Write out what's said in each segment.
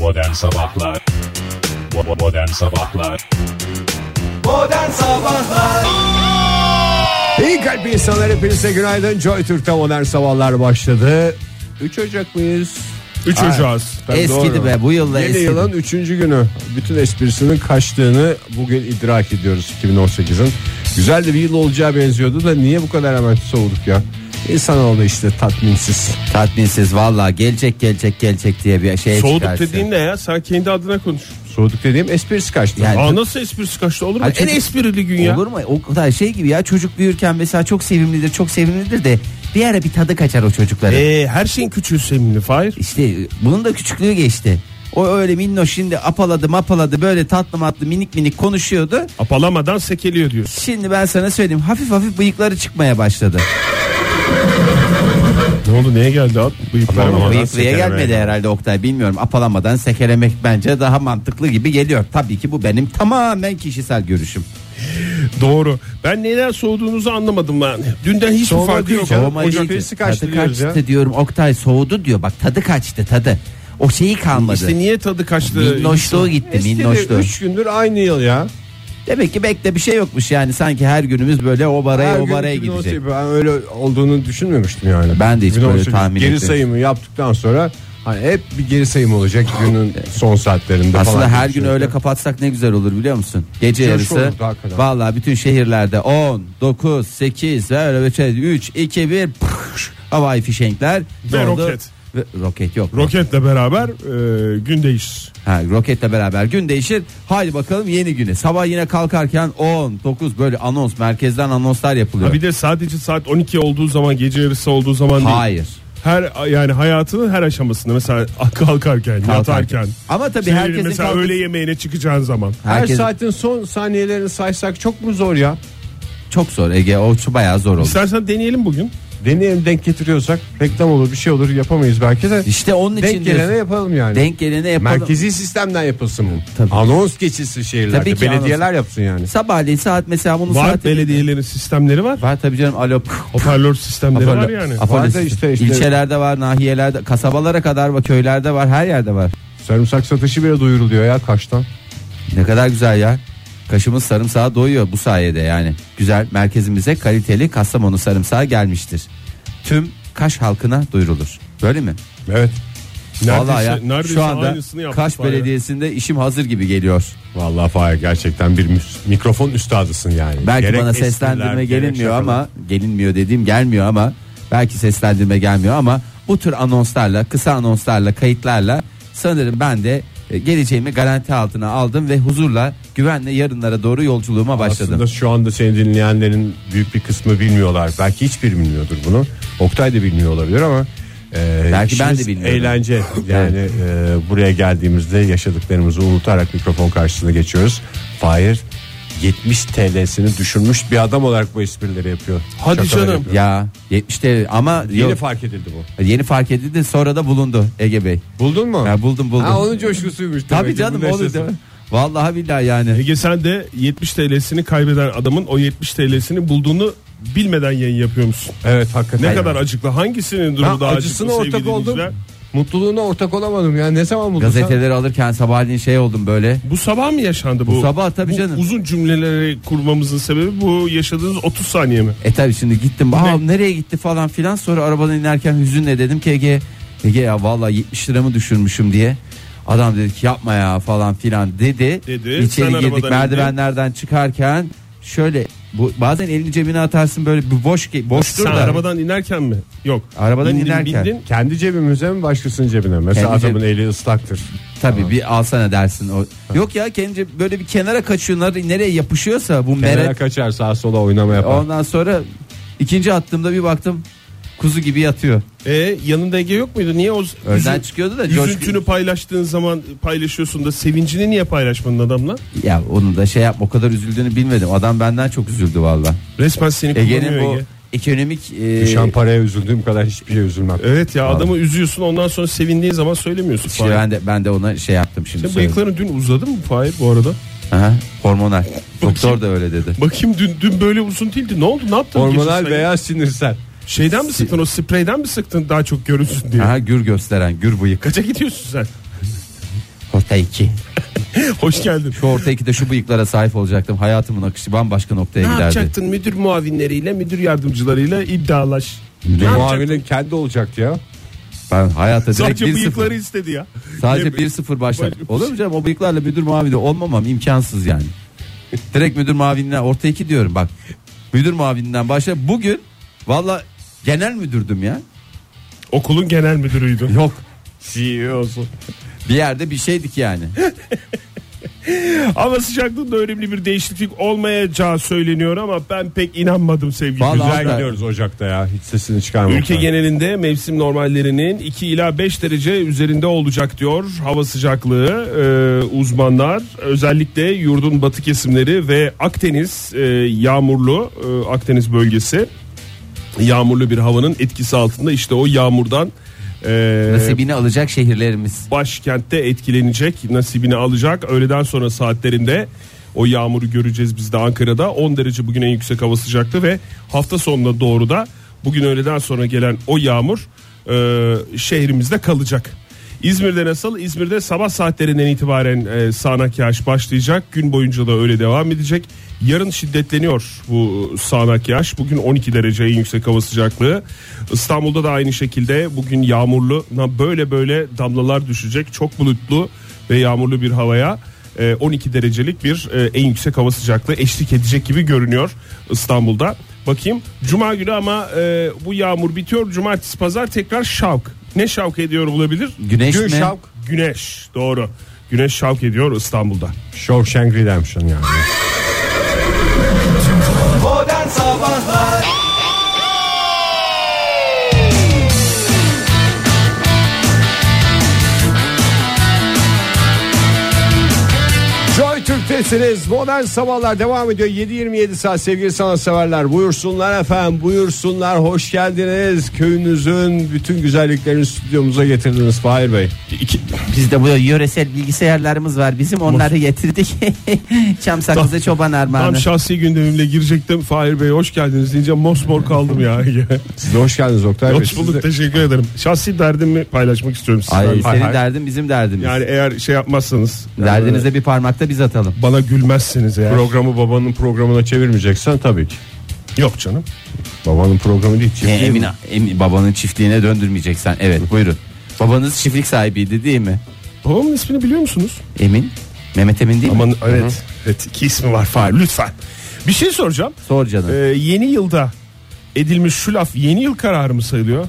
Modern Sabahlar. Modern Sabahlar. Modern Sabahlar. İyi kalp insanlar, hepinize günaydın. Joy Türk'te Modern Sabahlar başladı. 3 Ocak mıyız? 3 Ocağız. Eskidi be, bu yılda Yeni eskidi. yılın 3. günü. Bütün esprisinin kaçtığını bugün idrak ediyoruz 2018'in. Güzel de bir yıl olacağı benziyordu da niye bu kadar hemen soğuduk ya? İnsanoğlu işte tatminsiz. Tatminsiz vallahi, gelecek diye bir şey Soğuduk çıkarsın. dediğin ne ya? Sen kendi adına konuş. Soğuduk dediğim esprisi kaçtı. Yani- Nasıl esprisi kaçtı, olur mu? Ay, En çok- esprili gün ya. Olur mu? O kadar şey gibi ya, çocuk büyürken mesela çok sevimlidir de bir ara bir tadı kaçar o çocukların. Her şeyin küçüğü sevimli Fahir. İşte bunun da küçüklüğü geçti. O öyle minnoş, şimdi apaladı böyle tatlı matlı minik konuşuyordu. Apalamadan sekeliyor diyorsun. Şimdi ben sana söyleyeyim, hafif bıyıkları çıkmaya başladı. Ne oldu, neye geldi abi? Apalamadan Bıyıklıya sekelemeye gelmedi geldi. herhalde Oktay, bilmiyorum. Apalamadan sekelemek bence daha mantıklı gibi geliyor. Tabii ki bu benim tamamen kişisel görüşüm. Doğru. Ben neden soğuduğunuzu anlamadım ben. Dünden hiçbir Soğuma farkı değil yok. canım. Soğuma Ocak değil. birisi kaçtı Tadı diyoruz kaçtı ya. diyorum Oktay, soğudu diyor, bak tadı kaçtı tadı. O şeyi kalmadı. İşte niye tadı kaçtı? Minnoşluğu gitti, minnoşluğu. 3 gündür aynı yıl ya. Demek ki bekle bir şey yokmuş yani, sanki her günümüz böyle o baraya gün gidecek. Ben öyle olduğunu düşünmemiştim yani. Ben de hiç böyle 2018 tahmin geri etmedim. sayımı yaptıktan sonra hani hep bir geri sayım olacak günün son saatlerinde Aslında falan. her gün öyle kapatsak ne güzel olur biliyor musun? Gece Coş yarısı olurdu hakikaten. vallahi bütün şehirlerde 10, 9, 8 böyle 3, 2, 1 havai fişenkler Ve doldu. roket. Ve roket yok. Roketle beraber gün değişir. Roketle beraber gün değişir. Haydi bakalım yeni güne. Sabah yine kalkarken 10, 9 böyle anons, merkezden anonslar yapılıyor. Ha bir de sadece saat 12 olduğu zaman, gece yarısı olduğu zaman değil. Hayır. Yani hayatının her aşamasında, mesela kalkarken, yatarken. Ama tabii Senin herkesin mesela kalkıp- öğle yemeğine çıkacağın zaman. Her Herkes saatin son saniyelerini saysak çok mu zor ya? çok zor Ege, o bayağı zor olur. İstersen deneyelim bugün. Deneyelim, denk getiriyorsak reklam olur, bir şey olur, yapamayız belki de. İşte onun için Denk gelene diyorsun. yapalım yani. Denk gelene yapalım. Merkezi sistemden yapılsın bu. Tabii. Anons geçilsin şehirlerde. Tabii ki Belediyeler anons. yapsın yani. Sabahleyin saat mesela bunun Var, saati belediyelerin sistemleri var. var tabii canım, alo. Hoparlör sistemleri var yani. Var da işte- İlçelerde var, nahiyelerde, kasabalara kadar var, köylerde var, her yerde var. Sarımsak satışı bile duyuruluyor ya Kaş'tan. Ne kadar güzel ya. Kaşımız sarımsağa doyuyor bu sayede yani. Güzel, merkezimize kaliteli Kastamonu sarımsağı gelmiştir. Tüm Kaş halkına duyurulur. Böyle mi? Evet. Vallahi ya, neredeyse şu anda aynısını yaptık Kaş Fahir. Belediyesi'nde işim hazır gibi geliyor. Vallahi Fahir gerçekten bir mikrofon üstadısın yani. Belki Gerek bana espriler, seslendirme gerek gelinmiyor şakalar. ama gelinmiyor dediğim gelmiyor ama belki seslendirme gelmiyor ama bu tür anonslarla, kısa anonslarla, kayıtlarla sanırım ben de geleceğimi garanti altına aldım ve huzurla, güvenle yarınlara doğru yolculuğuma başladım. Aslında şu anda seni dinleyenlerin büyük bir kısmı bilmiyorlar. Belki hiçbiri bilmiyordur bunu. Oktay da bilmiyor olabilir ama Belki ben de işimiz bilmiyorum. eğlence. Yani buraya geldiğimizde yaşadıklarımızı unutarak mikrofon karşısına geçiyoruz. Fahir 70 TL'sini düşürmüş bir adam olarak bu esprileri yapıyor. Hadi Şakalar canım. yapıyor. Ya 70'te ama Yeni yok, fark edildi bu. yeni fark edildi, sonra da bulundu Ege Bey. Buldun mu? Ya buldum. Ha, onun coşkusuymuş. Tabii demek ki, canım, bu onu neşesi. değil mi? Vallahi billahi yani. Ege, sen de 70 TL'sini kaybeden adamın o 70 TL'sini bulduğunu bilmeden yayın yapıyor musun? Evet hakikaten. Ne kadar acıklı. Hangisinin durumu Ben daha acısına acıklı ortak sevgili oldum. dinleyiciler? Mutluluğuna ortak olamadım ya. Ne zaman buldun sen? Gazeteleri alırken sabahleyin şey oldum böyle. Bu sabah mı yaşandı bu? Bu sabah tabii Bu canım. uzun cümleleri kurmamızın sebebi bu yaşadığınız 30 saniye mi? Tabii şimdi gittim. Nereye gitti falan filan, sonra arabadan inerken hüzünle dedim ki Ege ya vallahi 70 liramı düşürmüşüm diye. Adam dedi ki yapma ya falan filan dedi. Sen İçeri girdik, arabadan merdivenlerden çıkarken şöyle, bu bazen elini cebine atarsın böyle bir boştur Sen da. arabadan inerken mi? Yok. Arabadan inerken. Kendi cebimize mi başkasının cebine? Mesela Kendi adamın eli ıslaktır. Tabii bir alsana dersin o. Yok ya, kendi böyle bir kenara kaçıyor, nereye yapışıyorsa bu Kenara meret. kaçar, sağa sola oynama yapar. Ondan sonra ikinci attığımda bir baktım kuzu gibi yatıyor. Yanında Ege yok muydu? Niye o Önden çıkıyordu da üzüntünü paylaştığın zaman paylaşıyorsun da sevincini niye paylaşmadın adamla? Ya onu da şey yapma, o kadar üzüldüğünü bilmedim. Adam benden çok üzüldü valla. Resmen seni Ege'nin kullanıyor bu Ege. ekonomik Düşen paraya üzüldüğüm kadar hiçbir şey üzülmem. Evet ya, adamı üzüyorsun, ondan sonra sevindiğin zaman söylemiyorsun. işte Fahir. ben de ona şey yaptım şimdi. Senin bıyıkların dün uzadı mı Fahir bu arada? Aha, hormonal. Doktor da öyle dedi. Bakayım dün böyle uzun değildi. Ne oldu? Ne yaptın? Hormonal Geçen veya sinirsel. şeyden mi sıktın, o spreyden mi sıktın daha çok görünsün diye? Aha, gür gösteren, gür bıyık. Kaça gidiyorsun sen? Orta 2. Hoş geldin. Şu orta 2'de şu bıyıklara sahip olacaktım. Hayatımın akışı bambaşka noktaya Ne giderdi. yapacaktın? Müdür muavinleriyle, müdür yardımcılarıyla iddialaş. Muavinin kendi olacaktı ya. Ben hayata direkt Sadece 1-0. bıyıkları istedi ya. Sadece Ne- 1-0 başlar. Başka- Olur mu canım, o bıyıklarla müdür muavini olmamam imkansız yani. Direkt müdür muavininden orta 2 diyorum bak. Müdür muavininden başla. Bugün valla genel müdürdüm ya. Okulun genel müdürüydü. Yok. CEO'su. Bir yerde bir şeydik yani. Hava sıcaklığında önemli bir değişiklik olmayacağı söyleniyor ama ben pek inanmadım sevgili Vallahi güzel. Güzel gidiyoruz Ocak'ta ya. Hiç sesini çıkarmamak. Ülke genelinde mevsim normallerinin 2 ila 5 derece üzerinde olacak diyor hava sıcaklığı uzmanlar. Özellikle yurdun batı kesimleri ve Akdeniz yağmurlu Akdeniz bölgesi yağmurlu bir havanın etkisi altında, işte o yağmurdan Nasibini alacak şehirlerimiz. başkentte etkilenecek, nasibini alacak. Öğleden sonra saatlerinde o yağmuru göreceğiz biz de Ankara'da. 10 derece bugün en yüksek hava sıcaklığı ve hafta sonuna doğru da bugün öğleden sonra gelen o yağmur şehrimizde kalacak. İzmir'de nasıl? İzmir'de sabah saatlerinden itibaren sağanak yağış başlayacak. Gün boyunca da öyle devam edecek. Yarın şiddetleniyor bu sağanak yağış. Bugün 12 derece en yüksek hava sıcaklığı. İstanbul'da da aynı şekilde bugün yağmurlu, böyle damlalar düşecek. Çok bulutlu ve yağmurlu bir havaya 12 derecelik bir en yüksek hava sıcaklığı eşlik edecek gibi görünüyor İstanbul'da. Bakayım Cuma günü ama bu yağmur bitiyor. Cumartesi pazar tekrar şavk. Ne şavk ediyor olabilir? Güneş Gün mi? şavk. Güneş, doğru. Güneş şavk ediyor İstanbul'da. Shawshank Redemption yani. Modern Sabahlar. Joy Türk'tesiniz. Modern Sabahlar devam ediyor. 7:27 saat sevgili sanatseverler. Buyursunlar efendim, buyursunlar. Hoş geldiniz. Köyünüzün bütün güzelliklerini stüdyomuza getirdiniz Fahir Bey. Bizde bu yöresel bilgisayarlarımız var. Bizim onları getirdik. Çam sakızı çoban armağanı. Tam şahsi gündemimle girecektim. Fahir Bey hoş geldiniz deyince mosmor kaldım ya. Siz de hoş geldiniz Oktay Bey. Hoş bulduk, teşekkür ederim. Şahsi derdimi paylaşmak istiyorum Ay, sizlerle. senin derdin bizim derdimiz. Yani eğer şey yapmazsanız, Derdinize bir parmakta biz atalım. bana gülmezsiniz eğer. Programı babanın programına çevirmeyeceksen tabii ki. Yok canım. Babanın programı değil. Babanın çiftliğine döndürmeyeceksen. Evet buyurun. Babanız çiftlik sahibiydi değil mi? Babamın ismini biliyor musunuz? Emin. Mehmet Emin değil mi? Aman evet. Evet, iki ismi var Fahir, lütfen. Bir şey soracağım. Sor canım. Yeni yılda edilmiş şu laf yeni yıl kararı mı sayılıyor?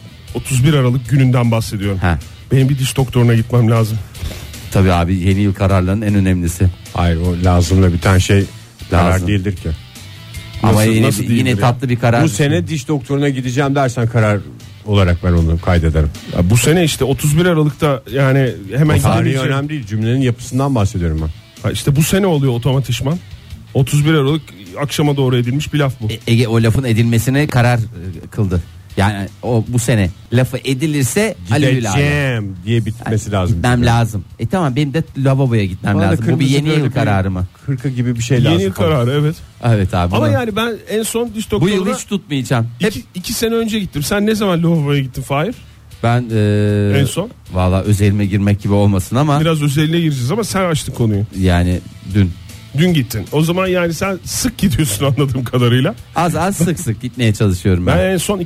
31 Aralık gününden bahsediyorum. Ha. Benim bir diş doktoruna gitmem lazım. Tabii abi, yeni yıl kararlarının en önemlisi. Hayır, o lazımla biten şey karar Lazım. değildir ki. Ama Nasıl yine değildir ya? tatlı bir karar. Bu sene diş doktoruna gideceğim dersen karar olarak ben onu kaydederim. Ya bu sene işte 31 Aralık'ta yani hemen Tarihi gidemeyeceğim. önemli değil, cümlenin yapısından bahsediyorum ben. Ha işte bu sene oluyor otomatikman. 31 Aralık akşama doğru edilmiş bir laf bu. Ege o lafın edilmesine karar kıldı. Yani o bu sene lafı edilirse alevül alem. Gideceğim diye bitmesi lazım. Gitmem lazım. Tamam, benim de lavaboya gitmem Bana da lazım. Bu bir kırmızı yeni böyle yıl bir kararı mı? Hırka gibi bir şey lazım. Yeni yıl falan. kararı, evet. Evet abi. Ama bunu- yani ben en son diş bu doktoruna yıl hiç tutmayacağım. Hep iki sene önce gittim. Sen ne zaman lavaboya gittin Fahir? ben En son? valla özelime girmek gibi olmasın ama Biraz özeline gireceğiz ama sen açtın konuyu. yani dün Dün gittin. O zaman yani sen sık gidiyorsun anladığım kadarıyla. az sık sık gitmeye çalışıyorum Ben ben en son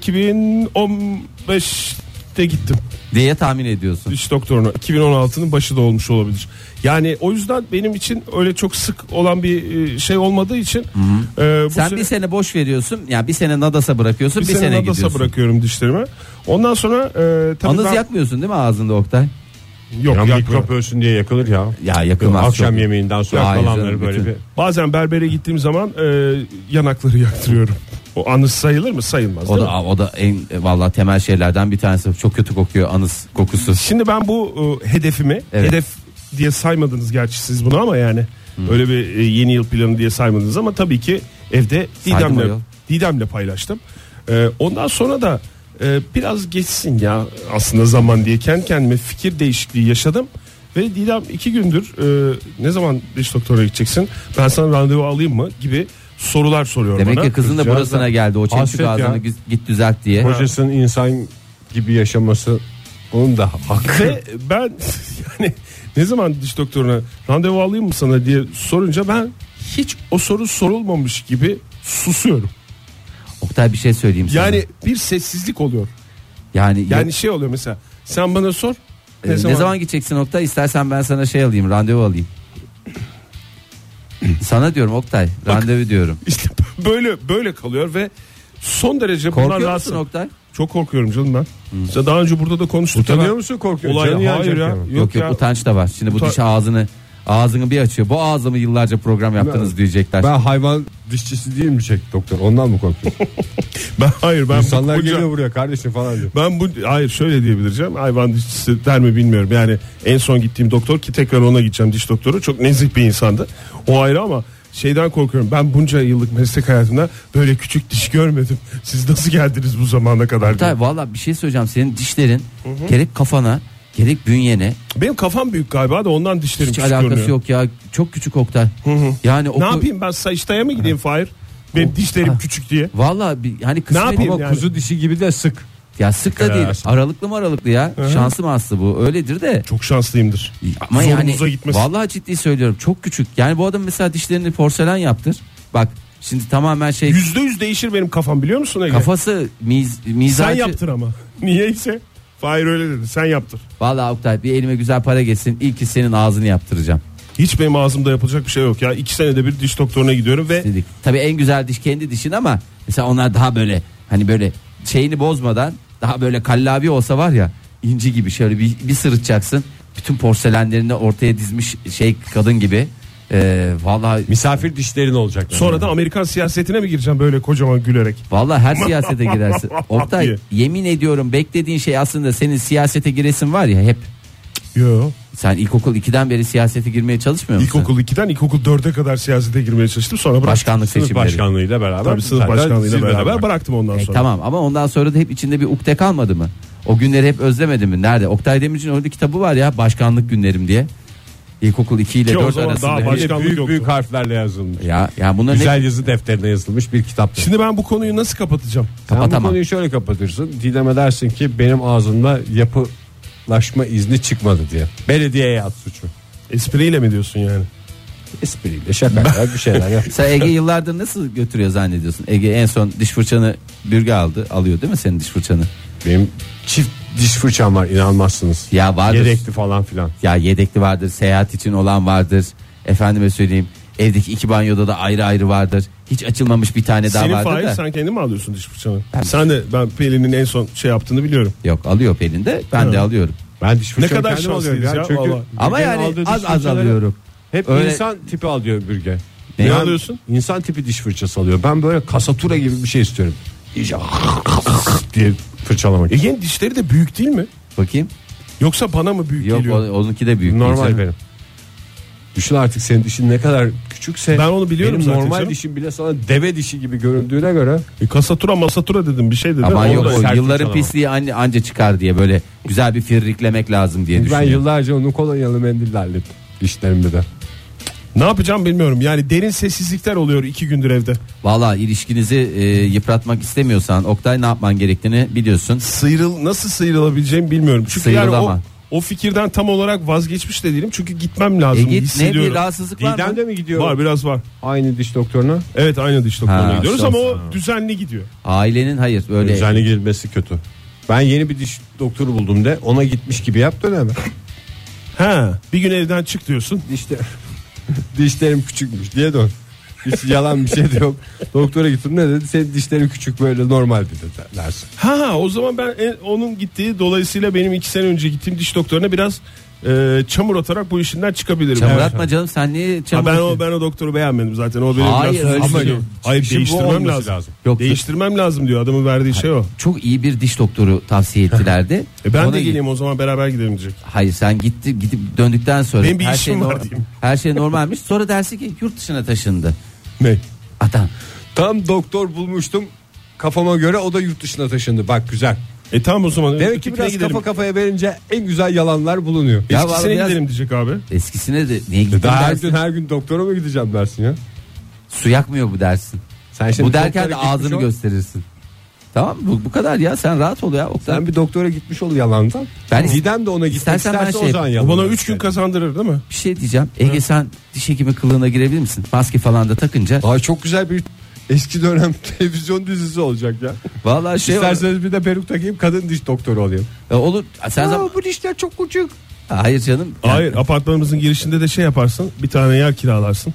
2015'te gittim diye tahmin ediyorsun. diş doktoruna. 2016'nın başı da olmuş olabilir. Yani o yüzden benim için öyle çok sık olan bir şey olmadığı için bu Sen sene bir sene boş veriyorsun. Yani bir sene nadasa bırakıyorsun, bir sene nadasa gidiyorsun. bırakıyorum dişlerimi. Ondan sonra tabii Anız ben... yakmıyorsun değil mi ağzında Oktay? Yok, Ya yakmıyorum. mikrop ölsün diye yakılır ya. Ya yakılmaz. Akşam çok. yemeğinden sonra Hayır kalanları canım, böyle bütün. bir... Bazen berbere gittiğim zaman yanakları yaktırıyorum. O anız sayılır mı? Sayılmaz. O değil da mi? o da en vallahi temel şeylerden bir tanesi. Çok kötü kokuyor anız kokusu. Şimdi ben bu hedefimi, Evet. hedef diye saymadınız gerçi siz bunu ama yani öyle bir yeni yıl planı diye saymadınız ama tabii ki evde Saydım ayol. Didem'le paylaştım. Ondan sonra da biraz geçsin ya aslında zaman diye kendi kendime fikir değişikliği yaşadım. Ve Didem 2 gündür ne zaman diş doktoruna gideceksin, ben sana randevu alayım mı gibi sorular soruyor Demek bana. ki kızın da Kızcağız burasına da geldi. O çençük hasret ya. ağzını git düzelt diye. Kocasının insan gibi yaşaması onun da hakkı. Ve ben Yani ne zaman diş doktoruna randevu alayım mı sana diye sorunca ben hiç o soru sorulmamış gibi susuyorum. Oktay bir şey söyleyeyim sana. Yani bir sessizlik oluyor. Yani şey oluyor mesela. Sen bana sor. Ne zaman gideceksin Oktay? İstersen ben sana şey alayım, randevu alayım. Sana diyorum Oktay, randevu diyorum. İşte böyle kalıyor ve son derece bunlar Korkuyor rahatsız. musun Oktay? Çok korkuyorum canım ben. Mesela daha önce burada da konuştuk. Utanıyor musun, korkuyor musun? Hayır ya. Yok ya. utanç da var. Şimdi bu diş ağzını bir açıyor. Bu ağzı mı yıllarca program yaptınız diyecekler. Ben hayvan dişçisi değil mi doktor? Ondan mı korkuyorsun? Ben İnsanlar geliyor buraya kardeşim falan diyor. Şöyle diyebilirim. Hayvan dişçisi der mi bilmiyorum. Yani en son gittiğim doktor ki tekrar ona gideceğim, diş doktoru. Çok nezih bir insandı. O ayrı ama şeyden korkuyorum. Ben bunca yıllık meslek hayatımda böyle küçük diş görmedim. Siz nasıl geldiniz bu zamana kadar? Oktay valla bir şey söyleyeceğim. Senin dişlerin gerek kafana gerek bünyene. Benim kafam büyük galiba da ondan dişlerim hiç küçük alakası görünüyor. yok ya. Çok küçük Oktay. Yani ne yapayım ben, Sayıştay'a mı gideyim Fahir? Benim dişlerim küçük diye. Valla hani kısmet. Ne yapayım ama yani? kuzu dişi gibi de sık. Ya sık da değil. Aralıklı ya. Şanslı mı bu? Öyledir de. Çok şanslıyımdır. Ama yani gitmesin. vallahi ciddi söylüyorum. Çok küçük. Yani bu adam mesela dişlerini porselen yaptır. Bak şimdi tamamen şey. %100 değişir benim kafam, biliyor musun Ege? Kafası mizacı. Sen yaptır ama. Niyeyse. Fahir öyle dedi. Sen yaptır. Vallahi Oktay bir elime güzel para geçsin. İlk senin ağzını yaptıracağım. Hiç benim ağzımda yapılacak bir şey yok ya. 2 senede bir diş doktoruna gidiyorum ve dedik. Tabii en güzel diş kendi dişin ama mesela onlar daha böyle hani böyle şeyini bozmadan daha böyle kallavi olsa var ya, inci gibi şöyle bir sırıtacaksın. Bütün porselenlerini ortaya dizmiş şey kadın gibi. Vallahi misafir dişlerin olacak. Sonra da Amerikan siyasetine mi gireceğim böyle kocaman gülerek? Vallahi her siyasete girersin. Oktay yemin ediyorum beklediğin şey aslında senin siyasete giresin var ya hep. Yo. Sen ilkokul 2'den beri siyasete girmeye çalışmıyor musun? İlkokul 2'den ilkokul 4'e kadar siyasete girmeye çalıştım. Sonra bıraktım. Başkanlık seçimleri. Başkanlığıyla beraber. Tabii sınıf başkanlığıyla beraber bıraktım ondan sonra. Tamam ama ondan sonra da hep içinde bir ukde kalmadı mı? O günleri hep özlemedin mi? Nerede? Oktay Demirci'nin orada kitabı var ya, başkanlık günlerim diye. İlkokul 2 ile 4 arasında büyük harflerle yazılmış. Ya bunların güzel yazı defterine yazılmış bir kitap. Şimdi ben bu konuyu nasıl kapatacağım? Kapatamam. Bu konuyu şöyle kapatırsın. Didem'e dersin ki benim ağzımda yapılaşma izni çıkmadı diye. Belediyeye at suçu. Espriyle mi diyorsun yani? Espriyle şakayla bir şeyler yap. Sen Ege yıllardır nasıl götürüyor zannediyorsun? Ege en son diş fırçanı Bürge alıyor değil mi senin diş fırçanı? Benim çift diş fırçam var, inanmazsınız. Ya vardır. Yedekli falan filan. Ya yedekli vardır, seyahat için olan vardır. Efendime söyleyeyim, evdeki 2 banyoda da ayrı ayrı vardır. Hiç açılmamış bir tane daha vardır Fahir, da. sen kendin mi alıyorsun diş fırçanı? Ben Pelin'in en son şey yaptığını biliyorum. Yok, alıyor Pelin de, ben de alıyorum. Ben diş fırçamı ne kadar kendim alıyorum şanslıyız ya. Çünkü ama yani az alıyorum. Hep öyle... insan tipi alıyor Bürge. Ne alıyorsun? İnsan tipi diş fırçası alıyor. Ben böyle kasatura gibi bir şey istiyorum. İyice diye fırçalamak. Ege'nin dişleri de büyük değil mi? Bakayım. Yoksa bana mı büyük Yok, geliyor? onunki de büyük. Normal benim. Düşün artık senin dişin ne kadar küçükse. Ben onu biliyorum benim zaten. Normal canım. dişim bile sana deve dişi gibi göründüğüne göre. Kasatura masatura dedim, bir şey dedim. Ama yok, sert yılların fırçalama. pisliği anca çıkar diye böyle güzel bir firriklemek lazım diye Ben düşünüyorum. yıllarca onu kolonyalı mendille hallettim dişlerimde de. Ne yapacağım bilmiyorum. Yani derin sessizlikler oluyor 2 gündür evde. Valla ilişkinizi yıpratmak istemiyorsan Oktay, ne yapman gerektiğini biliyorsun. Nasıl sıyrılabileceğimi bilmiyorum. Çünkü Sıyrılama. yani o fikirden tam olarak vazgeçmiş de değilim. Çünkü gitmem lazım. Git, ne bir rahatsızlık var mı? Didem de mi gidiyor? Var, biraz var. Aynı diş doktoruna. Evet, aynı diş doktoruna gidiyoruz şans. ama o düzenli gidiyor. Ailenin hayır öyle. Düzenli gidilmesi kötü. Ben yeni bir diş doktoru buldum de ona gitmiş gibi yap dönemi. Bir gün evden çık diyorsun. Dişlerim küçükmüş diye dön. Hiç yalan bir şey de yok. Doktora gittim, ne dedi? Senin dişlerin küçük, böyle normal dedi dersin. O zaman ben onun gittiği, dolayısıyla benim 2 sene önce gittiğim diş doktoruna biraz çamur atarak bu işinden çıkabilirim. Çamur atma canım, sen niye çamur atıyorsun? Ben o doktoru beğenmedim zaten. O benim Hayır, biraz öyle ama değil. hayır, Şimdi değiştirmem bu lazım. lazım. Yok, Değiştirmem lazım diyor, adamın verdiği şey o. çok iyi bir diş doktoru tavsiye ettilerdi. Ben Ona de geleyim o zaman, beraber gidelim diyecek. Hayır, sen gidip döndükten sonra Benim bir işim var diyeyim. her şey normalmiş. Sonra dersi ki yurt dışına taşındı. Ne? Adam. Tam doktor bulmuştum kafama göre, o da yurt dışına taşındı. Bak güzel. Tamam o zaman. Demek ki biraz kafa kafaya verince en güzel yalanlar bulunuyor. Ya Eskisine vallahi biraz- gidelim diyecek abi. Eskisine de niye gittin Daha dersin? her gün doktora mı gideceğim dersin ya? Su yakmıyor bu dersin. Sen şimdi Bu derken de doktora gitmiş ağzını ol. gösterirsin. Tamam bu kadar ya, sen rahat ol ya Oktay. Sen bir doktora gitmiş ol yalandan. Ben Didem de ona gitmek İstersen ben isterse o zaman O yalan. bana 3 gün kazandırır değil mi? Bir şey diyeceğim. Ege sen diş hekimi kılığına girebilir misin? Maske falan da takınca. Ay çok güzel bir eski dönem televizyon dizisi olacak ya. Vallahi İsterseniz bir de peruk takayım, kadın diş doktoru olayım. olur. Sen Bu dişler çok küçük. Hayır canım. Hayır, apartmanımızın girişinde de şey yaparsın. Bir tane yer kiralarsın.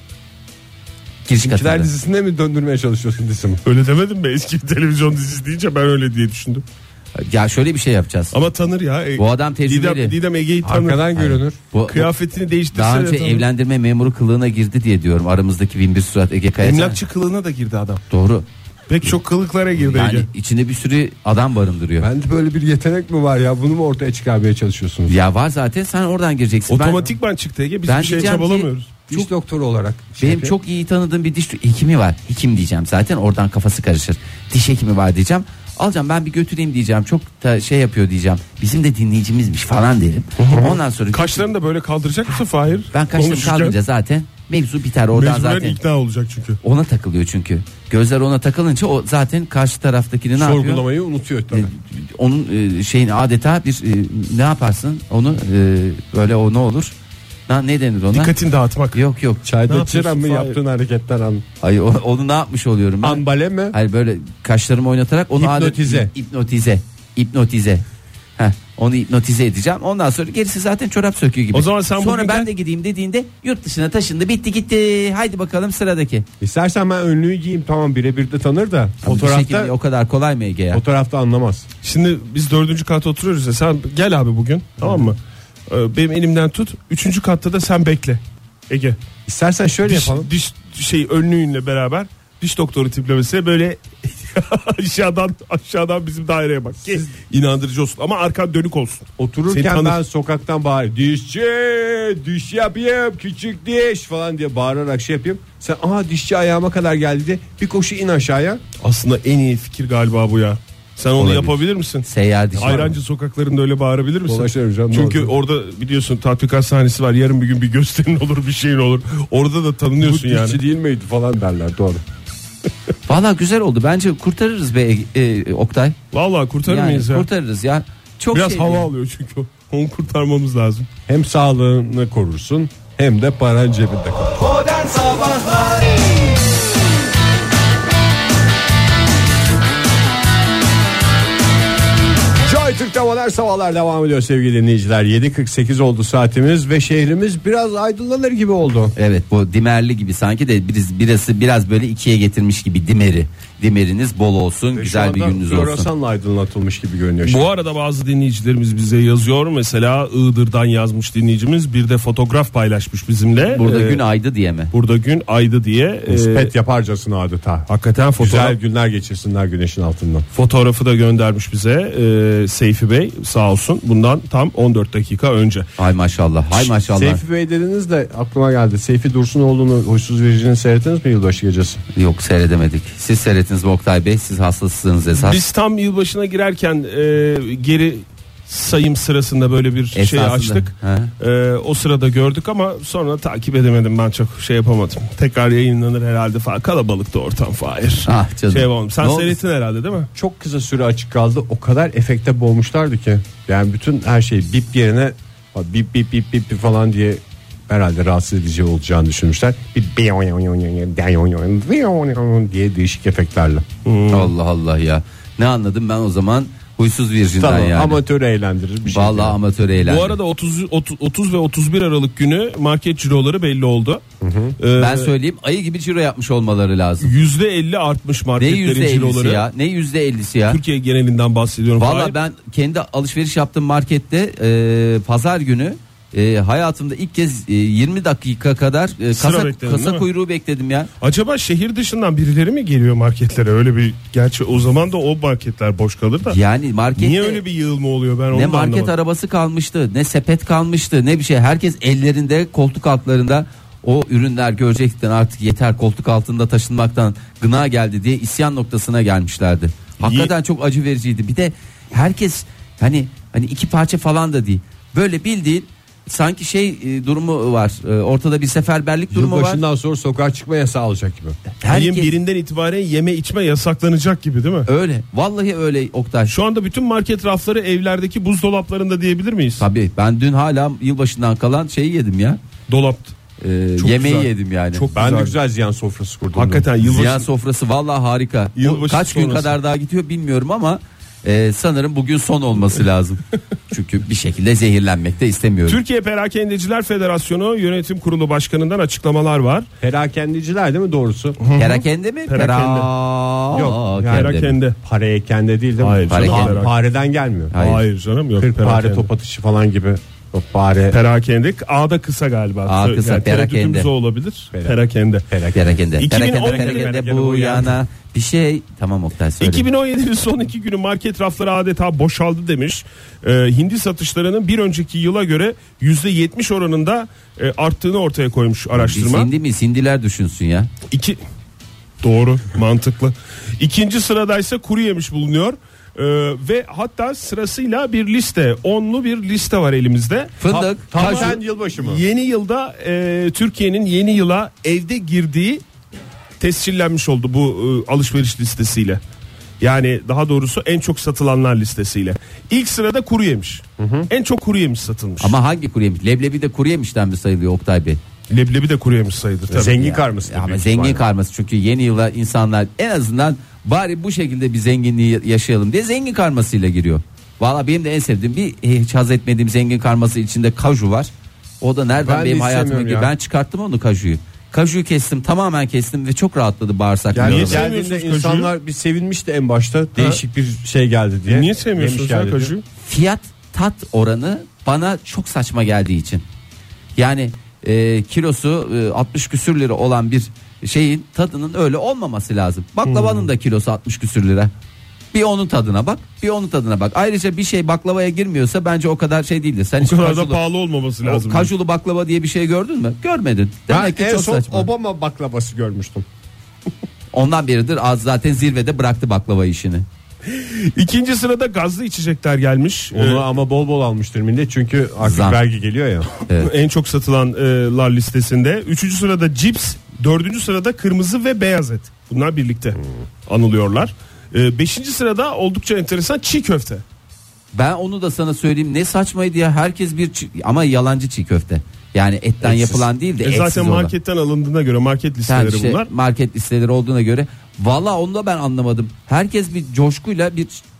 Giriş İkiler katında. dizisinde mi döndürmeye çalışıyorsun dizimi? Öyle demedim mi? Eski bir televizyon dizisi deyince ben öyle diye düşündüm. Ya şöyle bir şey yapacağız. Ama tanır ya. Bu adam tecrübeli. Didem Ege'yi tanır. Arkadan görünür. Kıyafetini değiştirse Daha de önce tanır. evlendirme memuru kılığına girdi diye diyorum. Aramızdaki bin bir surat Ege Kayacan. Emlakçı kılığına da girdi adam. Doğru. Pek çok kılıklara girdi Yani Ege. içinde bir sürü adam barındırıyor. Bende böyle bir yetenek mi var ya? Bunu mu ortaya çıkarmaya çalışıyorsunuz? Ya var zaten, sen oradan gireceksin. Otomatikman çıktı Ege. Biz ben bir şey diyeceğim ki- çabalamıyoruz. Diş doktoru olarak. Benim çok iyi tanıdığım bir diş hekimi var. Hekim diyeceğim zaten, oradan kafası karışır. Diş hekimi var diyeceğim. Alacağım ben bir götüreyim diyeceğim. Çok da şey yapıyor diyeceğim. Bizim de dinleyicimizmiş falan derim. Ondan sonra Kaşlarını da böyle kaldıracak mısın Fahir? ben kaşlarım Konuşurken kaldırınca zaten mevzu biter oradan mecburen zaten. ikna olacak çünkü. Ona takılıyor çünkü. Gözler ona takılınca o zaten karşı taraftakini ne yapıyor? sorgulamayı unutuyor tabii. Onun şeyin adeta bir ne yaparsın? Onu böyle o ne olur? Ne denir ona? Dikkatini dağıtmak. Yok. Ne Çayda yapıyorsun çıra mı Fahir? yaptığın hareketler an? Ay onu ne yapmış oluyorum ben? Ambale mi? Hayır, böyle kaşlarımı oynatarak onu Hipnotize. hipnotize. Onu hipnotize edeceğim. Ondan sonra gerisi zaten çorap söküğü gibi. O zaman sen sonra bugün ben gel. de gideyim dediğinde yurt dışına taşındı, bitti gitti. Haydi bakalım sıradaki. İstersen ben önlüğü giyeyim, tamam birebir de tanır da Ama bu şekilde fotoğrafta o kadar kolay mı Ege ya? fotoğrafta anlamaz. Şimdi biz 4. katta oturuyoruz ya, sen gel abi bugün, tamam mı? Benim elimden tut. 3. katta da sen bekle Ege. İstersen şöyle yapalım. Diş önlüğünle beraber diş doktoru tiplemesi böyle aşağıdan bizim daireye bak. İnandırıcı olsun ama arkan dönük olsun. Seni Otururken tanır. ben sokaktan bağırayım. Dişçi, diş yapayım, küçük diş falan diye bağırarak şey yapayım. Sen dişçi ayağıma kadar geldi diye bir koşu in aşağıya. Aslında en iyi fikir galiba bu ya. Sen onu Olabilir. yapabilir misin? Seyyar diş. Ayrancı sokaklarında öyle bağırabilir misin? Dolaşırım canım, Çünkü ne orada biliyorsun tatbikat sahnesi var. Yarın bir gün bir gösterin olur, bir şeyin olur. Orada da Bu tanınıyorsun yani. dişçi değil miydi falan derler, doğru. Valla güzel oldu. Bence kurtarırız be Oktay. Vallahi kurtarır mıyız ya? Kurtarırız ya. Çok Biraz şey hava değil. alıyor çünkü. Onu kurtarmamız lazım. Hem sağlığını korursun hem de paran cebinde kalır. Modern Sabahlar. Joy Türk'te modern sabahlar devam ediyor sevgili dinleyiciler. 7.48 oldu saatimiz ve şehrimiz biraz aydınlanır gibi oldu. Evet, bu dimerli gibi sanki de biraz böyle ikiye getirmiş gibi dimeri. Dimeriniz bol olsun, güzel bir gününüz olsun. Floresanla aydınlatılmış gibi görünüyor. Bu arada bazı dinleyicilerimiz bize yazıyor. Mesela Iğdır'dan yazmış dinleyicimiz. Bir de fotoğraf paylaşmış bizimle. Burada gün aydı diye mi? Burada gün aydı diye. Nispet yaparcasına adeta. Hakikaten Güzel günler geçirsinler güneşin altından. fotoğrafı da göndermiş bize Seyfi Bey, sağ olsun. Bundan tam 14 dakika önce. Hay maşallah, hay maşallah. Seyfi Bey dediniz de aklıma geldi. Seyfi Dursunoğlu'nu Huysuz Verici'ni seyrettiniz mi yılbaşı gecesi? Yok, seyredemedik. Siz seyrettiniz mi Oktay Bey? Siz hastasınız esas. Biz tam yılbaşına girerken geri sayım sırasında böyle bir şey Esasında. açtık. Ha. O sırada gördük ama sonra takip edemedim, ben çok şey yapamadım. Tekrar yayınlanır herhalde falan. Kalabalıktı ortam, Fahir. Ah canım. Şey yapamadım. Sen Ne oldu? seyrettin herhalde değil mi? Çok kısa süre açık kaldı. O kadar efekte boğmuşlardı ki. Yani bütün her şey bip yerine bip bip bip bip falan diye herhalde rahatsız edici olacağını düşünmüşler. Bir diye değişik efektlerle. Allah Allah ya. Ne anladım ben o zaman? Huysuz Virgin'den Tamam, yani. amatörü eğlendirir bir şey. Vallahi değil. amatör eğlendi. Bu arada 30 ve 31 Aralık günü market ciroları belli oldu. Ben söyleyeyim, ayı gibi ciro yapmış olmaları lazım. %50 artmış Ne marketlerin %50'si ciroları. ya? Ne %50'si ya? Türkiye genelinden bahsediyorum. Valla Fahir. ben kendi alışveriş yaptığım markette pazar günü hayatımda ilk kez 20 dakika kadar Sıra bekledin, değil kasa mi? kuyruğu bekledim ya. Acaba şehir dışından birileri mi geliyor marketlere? Öyle bir, gerçi o zaman da o marketler boş kalır da. Yani markette Niye öyle bir yığılma oluyor, ben onu ne da market anlamadım. arabası kalmıştı, ne sepet kalmıştı, ne bir şey. Herkes ellerinde, koltuk altlarında o ürünler görecekten artık yeter, koltuk altında taşınmaktan gına geldi diye isyan noktasına gelmişlerdi. Hakikaten çok acı vericiydi. Bir de herkes hani iki parça falan da değil. Böyle bildiğin sanki durumu var. Ortada bir seferberlik durumu var. Yılbaşından sonra sokağa çıkma yasağı olacak gibi. Ayın birinden itibaren yeme içme yasaklanacak gibi değil mi? Öyle. Vallahi öyle Oktay. Şu anda bütün market rafları evlerdeki buzdolaplarında diyebilir miyiz? Tabii ben dün hala yılbaşından kalan şeyi yedim ya. Dolap. Yemeği güzel. yedim yani. Çok Ben de güzel. güzel ziyan sofrası kurdum. Hakikaten yılbaşı. Ziyan sofrası vallahi harika. Yılbaşı Kaç gün sonrası. kadar daha gidiyor bilmiyorum ama sanırım bugün son olması lazım. Çünkü bir şekilde zehirlenmek de istemiyorum. Türkiye Perakendeciler Federasyonu Yönetim Kurulu Başkanı'ndan açıklamalar var. Perakendeciler değil mi doğrusu? Perakende mi? Perakende. Yok, Perakende. Parakende değil değil mi? Hayır, canım. Fareden gelmiyor. Hayır. Canım yok. Kırk fare top atışı falan gibi. Yok fare. Perakende. A'da kısa galiba. A kısa, Yani perakende. tereddütümüz o olabilir. Perakende. Perakende. 2017 Perakende bu yana bir şey. Tamam Oktay söyle. 2017'nin son 2 günü market rafları adeta boşaldı demiş. Hindi satışlarının bir önceki yıla göre %70 oranında arttığını ortaya koymuş araştırma. Biz hindi miyiz? Hindiler düşünsün ya. Doğru, mantıklı. İkinci sıradaysa kuru yemiş bulunuyor. Ve hatta sırasıyla bir liste, 10'lu bir liste var elimizde. Fındık, Tamamen yılbaşı mı? Yeni yılda Türkiye'nin yeni yıla evde girdiği tescillenmiş oldu bu alışveriş listesiyle. Yani daha doğrusu en çok satılanlar listesiyle. İlk sırada kuru yemiş. En çok kuru yemiş satılmış. Ama hangi kuru yemiş? Leblebi de kuru yemişten mi sayılıyor Oktay Bey? Leblebi de kuru yemiş sayılır tabii. Zengin karması. Ama zengin karması, çünkü yeni yıla insanlar en azından bari bu şekilde bir zenginliği yaşayalım diye zengin karmasıyla giriyor. Valla benim de en sevdiğim, bir hiç haz etmediğim zengin karması içinde kaju var. O da nereden Ben benim de hayatıma istemiyorum giriyor. ya. Ben çıkarttım onu, kajuyu. Kajuyu kestim, tamamen kestim ve çok rahatladı bağırsaklarım. Yani Niye geldiğinde sevmiyorsunuz insanlar bir sevinmişti en başta. Değişik bir şey geldi diye. Niye sevmiyorsunuz Yemiş ya geldi kaju? Fiyat tat oranı bana çok saçma geldiği için. Yani kilosu 60 küsür lira olan bir şeyin tadının öyle olmaması lazım. Baklavanın da kilosu 60 küsür lira. Bir onun tadına bak, bir onun tadına bak. Ayrıca bir şey baklavaya girmiyorsa bence o kadar şey değildir. Sen O hiç kadar da pahalı olmaması lazım. kajulu baklava diye bir şey gördün mü? Görmedin. Ben Demek ki en çok son saçma. Obama baklavası görmüştüm. Ondan beridir az zaten zirvede bıraktı baklava işini. İkinci sırada gazlı içecekler gelmiş. Onu ama bol bol almıştır millet çünkü artık Zam. vergi geliyor ya. En çok satılanlar listesinde. Üçüncü sırada cips, dördüncü sırada kırmızı ve beyaz et. Bunlar birlikte anılıyorlar. Beşinci sırada oldukça enteresan çiğ köfte. Ben onu da sana söyleyeyim, ne saçmaydı ya, herkes ama yalancı çiğ köfte. Yani etten Etsiz. yapılan değil de etsiz Zaten olan. marketten alındığına göre market Sen listeleri işte bunlar. market listeleri olduğuna göre, valla onu da ben anlamadım. Herkes bir coşkuyla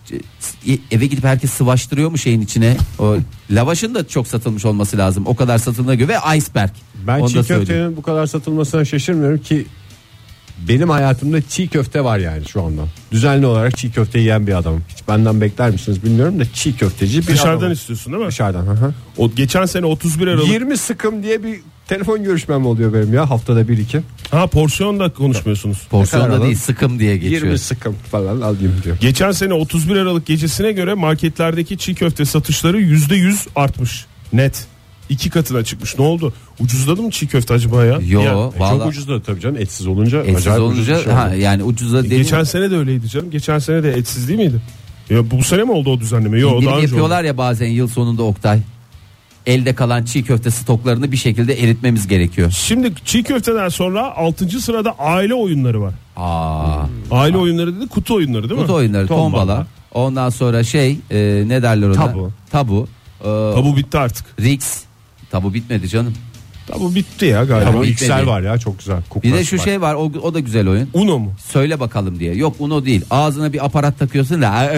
eve gidip herkes sıvaştırıyor mu şeyin içine? O lavaşın da çok satılmış olması lazım. O kadar satıldığına göre ve iceberg. Ben Onu çiğ da söyleyeyim. köftenin bu kadar satılmasına şaşırmıyorum ki benim hayatımda çiğ köfte var yani şu anda. Düzenli olarak çiğ köfte yiyen bir adamım. Hiç benden bekler misiniz bilmiyorum da çiğ köfteci bir Dışarıdan adamım. istiyorsun değil mi? Dışarıdan. Hı. O geçen sene 31 Aralık. 20 sıkım diye bir telefon görüşmem oluyor benim ya haftada 1-2. Ha, porsiyonda konuşmuyorsunuz. Porsiyonda Ne değil, kadar sıkım diye geçiyor. 20 sıkım falan alayım diyor. Geçen sene 31 Aralık gecesine göre marketlerdeki çiğ köfte satışları %100 artmış. Net. 2 katına çıkmış. Ne oldu? Ucuzladı mı çiğ köfte acaba ya? Yo Ya, Çok valla ucuzladı tabii canım etsiz olunca. etsiz acayip ucuz bir olunca şey oldu. yani ucuza değil. geçen sene de öyleydi canım. Geçen sene de etsiz değil miydi? Ya bu sene mi oldu o düzenleme? Yok, İndirim daha önce yapıyorlar ya bazen yıl sonunda Oktay. Elde kalan çiğ köfte stoklarını bir şekilde eritmemiz gerekiyor. Şimdi çiğ köfteden sonra 6. sırada aile oyunları var. Aile oyunları dedi, kutu oyunları değil kutu mi? oyunları, tombala. Ondan sonra ne derler ona? Tabu. Tabu bitti artık. Rix. Tabu bitmedi canım. Tabu bitti ya galiba. Ama bitmedi. XL var ya çok güzel. Bir Kuklas de şu var. şey var, o da güzel oyun. Uno mu? Söyle bakalım diye. Yok Uno değil. Ağzına bir aparat takıyorsun da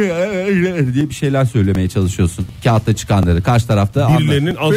diye bir şeyler söylemeye çalışıyorsun. Kağıtta çıkanları. Karşı tarafta anla. Birilerinin az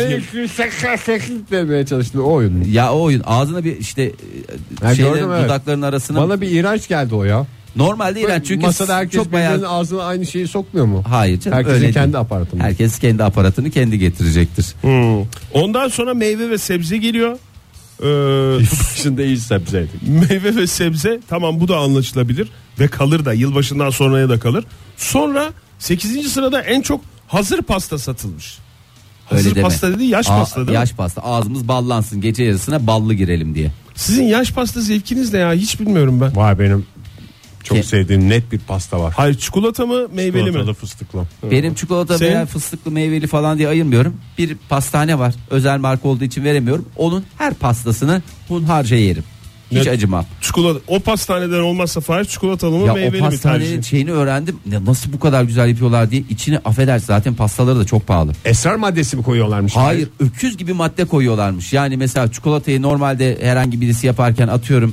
demeye çalıştım o oyun. Ya o oyun ağzına bir Ha, şeylerin, gördüm, evet. dudakların arasına. Bana bir iğrenç geldi o ya. Normalde iğrenç çünkü Masada herkes çok bayağı. birbirinin ağzına aynı şeyi sokmuyor mu? Hayır canım, Herkesin öyle kendi değil. aparatı mı? Herkes kendi aparatını kendi getirecektir. Ondan sonra meyve ve sebze geliyor. Başında iyi sebzeydik. Meyve ve sebze, tamam, bu da anlaşılabilir ve kalır da, yılbaşından sonraya da kalır. Sonra 8. sırada en çok hazır pasta satılmış. Öyle Hazır deme. pasta dedi, yaş pasta değil mi? Yaş pasta. Ağzımız ballansın, gece yarısına ballı girelim diye. Sizin yaş pasta zevkiniz ne ya, hiç bilmiyorum ben. Var benim Çok sevdiğin net bir pasta var. Hayır, çikolata mı meyveli mi? Çikolatalı fıstıklı. Benim çikolata Senin? veya fıstıklı meyveli falan diye ayırmıyorum. Bir pastane var. Özel marka olduğu için veremiyorum. Onun her pastasını hunharca yerim. Hiç Ne? acımam. Çikolata, o pastaneden olmazsa Fahir çikolatalı mı Ya o meyveli mi pastanenin tercih? şeyini öğrendim. Ya nasıl bu kadar güzel yapıyorlar diye. İçine affedersin, zaten pastaları da çok pahalı. Esrar maddesi mi koyuyorlarmış? Hayır, öküz gibi madde koyuyorlarmış. Yani mesela çikolatayı normalde herhangi birisi yaparken atıyorum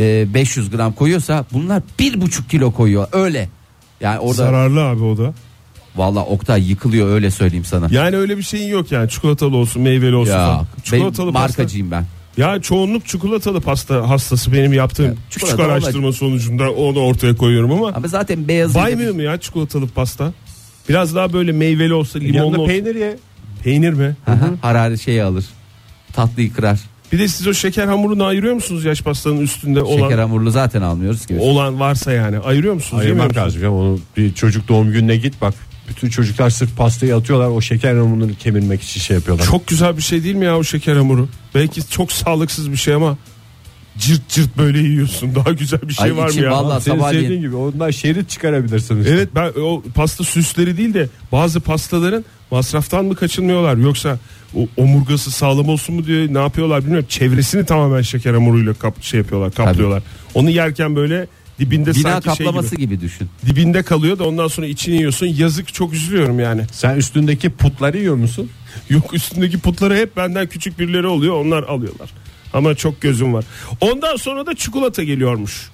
500 gram koyuyorsa bunlar 1,5 kilo koyuyor. Öyle. Yani orada Zararlı abi o da. vallahi Oktay yıkılıyor, öyle söyleyeyim sana. Yani öyle bir şeyin yok yani, çikolatalı olsun meyveli olsun Ya falan. Çikolatalı ben pasta. markacıyım ben. Ya çoğunluk çikolatalı pasta hastası benim yaptığım Ya, küçük çikolata araştırma sonucunda onu ortaya koyuyorum ama Ama zaten beyazı baymıyor mu ya çikolatalı pasta? Biraz daha böyle meyveli olsa, limonlu Yanında olsa. peynir ye. Peynir mi? hararet şeyi alır. Tatlıyı kırar. Bir de siz o şeker hamurunu ayırıyor musunuz yaş pastanın üstünde olan? Şeker hamurlu zaten almıyoruz ki. Olan varsa yani ayırıyor musunuz? Yemiyor Ayırmak musunuz? lazım. Ya. Onu bir çocuk doğum gününe git bak. Bütün çocuklar sırf pastayı atıyorlar. O şeker hamurunu kemirmek için şey yapıyorlar. Çok güzel bir şey değil mi ya o şeker hamuru? Belki çok sağlıksız bir şey ama cırt cırt böyle yiyorsun. Daha güzel bir şey Ay, var mı içim ya? vallahi Senin sabahleyin- sevdiğin gibi ondan şerit çıkarabilirsin. Işte. Evet, ben o pasta süsleri değil de bazı pastaların masraftan mı kaçınmıyorlar, yoksa o omurgası sağlam olsun mu diye ne yapıyorlar bilmiyorum. Çevresini tamamen şeker hamuruyla kaplıyorlar. Onu yerken böyle dibinde Bina sanki kaplaması şey gibi düşün. gibi, dibinde kalıyor da ondan sonra içini yiyorsun. Yazık, çok üzülüyorum yani. Sen üstündeki putları yiyor musun? Yok, üstündeki putları hep benden küçük birileri oluyor, onlar alıyorlar. Ama çok gözüm var. Ondan sonra da çikolata geliyormuş.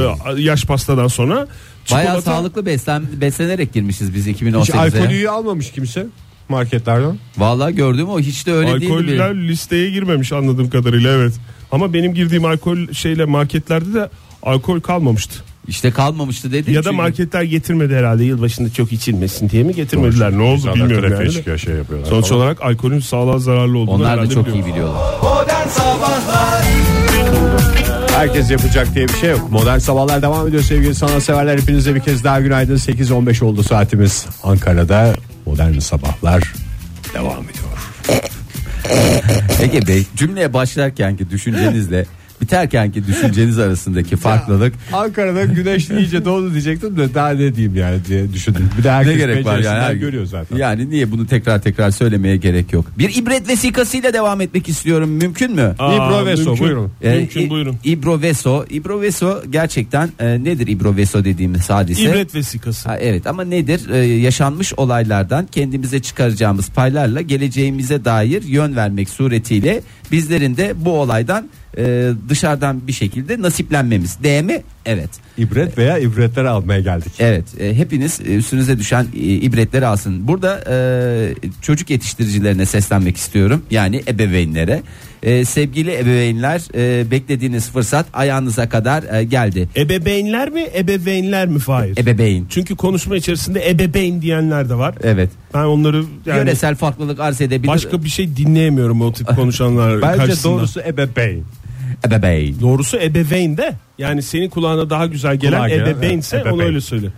Yaş pastadan sonra. Bayağı sağlıklı beslenerek girmişiz biz Hiç 2018'e. alkolü almamış kimse marketlerden. Vallahi gördüğüm o, hiç de öyle değildi. Alkoller listeye girmemiş anladığım kadarıyla, evet. Ama benim girdiğim alkol marketlerde de alkol kalmamıştı. İşte kalmamıştı dedi. Ya da marketler getirmedi herhalde, yılbaşında çok içilmesin diye mi getirmediler, ne oldu İnsanlar bilmiyorum krefe yani. çıkıyor, şey yapıyorlar. Sonuç falan. olarak alkolün sağlığa zararlı olduğunu Onlar da herhalde çok iyi biliyoruz. biliyorlar. Modern Sabahlar Herkes yapacak diye bir şey yok. Modern Sabahlar devam ediyor sevgili sanatseverler. Hepinize bir kez daha günaydın. 8:15 oldu saatimiz. Ankara'da Modern Sabahlar devam ediyor. Ege Bey, cümleye başlarkenki düşüncenizle biterkenki düşünceniz arasındaki farklılık Ankara'da güneş iyice doğdu diyecektim de daha ne diyeyim yani diye düşündüm. Bir de herkes ne gerek var penceresinden yani? görüyor zaten. Yani niye bunu tekrar söylemeye gerek yok. Bir ibret vesikasıyla devam etmek istiyorum, mümkün mü? İbro Veso, mümkün. buyurun. Mümkün, buyurun. İbro Veso gerçekten nedir İbro Veso dediğimiz hadise? İbret vesikası. Ha, evet, ama nedir? Yaşanmış olaylardan kendimize çıkaracağımız paylarla geleceğimize dair yön vermek suretiyle bizlerin de bu olaydan dışarıdan bir şekilde nasiplenmemiz. Değil mi? Evet. İbret veya ibretleri almaya geldik. Evet, hepiniz üstünüze düşen ibretleri alsın. Burada çocuk yetiştiricilerine seslenmek istiyorum. Yani ebeveynlere. Sevgili ebeveynler, beklediğiniz fırsat ayağınıza kadar geldi. Ebeveynler mi, ebeveynler mi Fahir? Ebeveyn. Çünkü konuşma içerisinde ebeveyn diyenler de var. Evet. Ben onları yani Yöresel farklılık arz edebilir. başka bir şey dinleyemiyorum o tip konuşanlar Bence karşısında. doğrusu ebeveyn. Ebeveyn. Doğrusu ebeveyn de, yani senin kulağına daha güzel gelen Kulağa gelen, ebeveynse evet, onu ebeveyn. öyle söyle.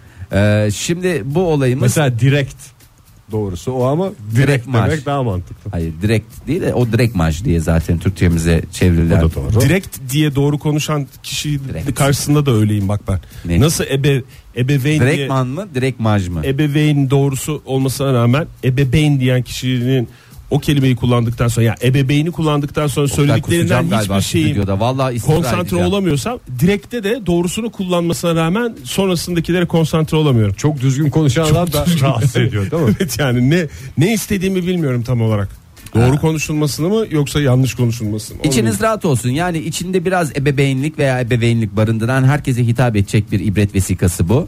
Şimdi bu olayımız Mesela direkt doğrusu o ama direkt Direktmaj. demek daha mantıklı. hayır, direkt değil de o direktmaj diye zaten Türkçemize çevrilen. O da doğru. Direkt diye doğru konuşan kişi Direkt. karşısında da öyleyim bak ben. Ne? Nasıl ebeveyn diye Direktman mı, direktmaj mı? ebeveyn doğrusu olmasına rağmen ebeveyn diyen kişinin o kelimeyi kullandıktan sonra, ya ebeveyni kullandıktan sonra söylediklerinden Kusacağım galiba hiçbir şeyin stüdyoda. Vallahi istikrar konsantre edeceğim. olamıyorsam, direkte de doğrusunu kullanmasına rağmen sonrasındakilere konsantre olamıyorum. Çok düzgün konuşan adam da rahatsız ediyor değil mi? Evet, yani ne istediğimi bilmiyorum tam olarak. Doğru konuşulmasını mı yoksa yanlış konuşulmasını mı? İçiniz rahat olsun. Yani içinde biraz ebeveynlik veya ebeveynlik barındıran herkese hitap edecek bir ibret vesikası bu.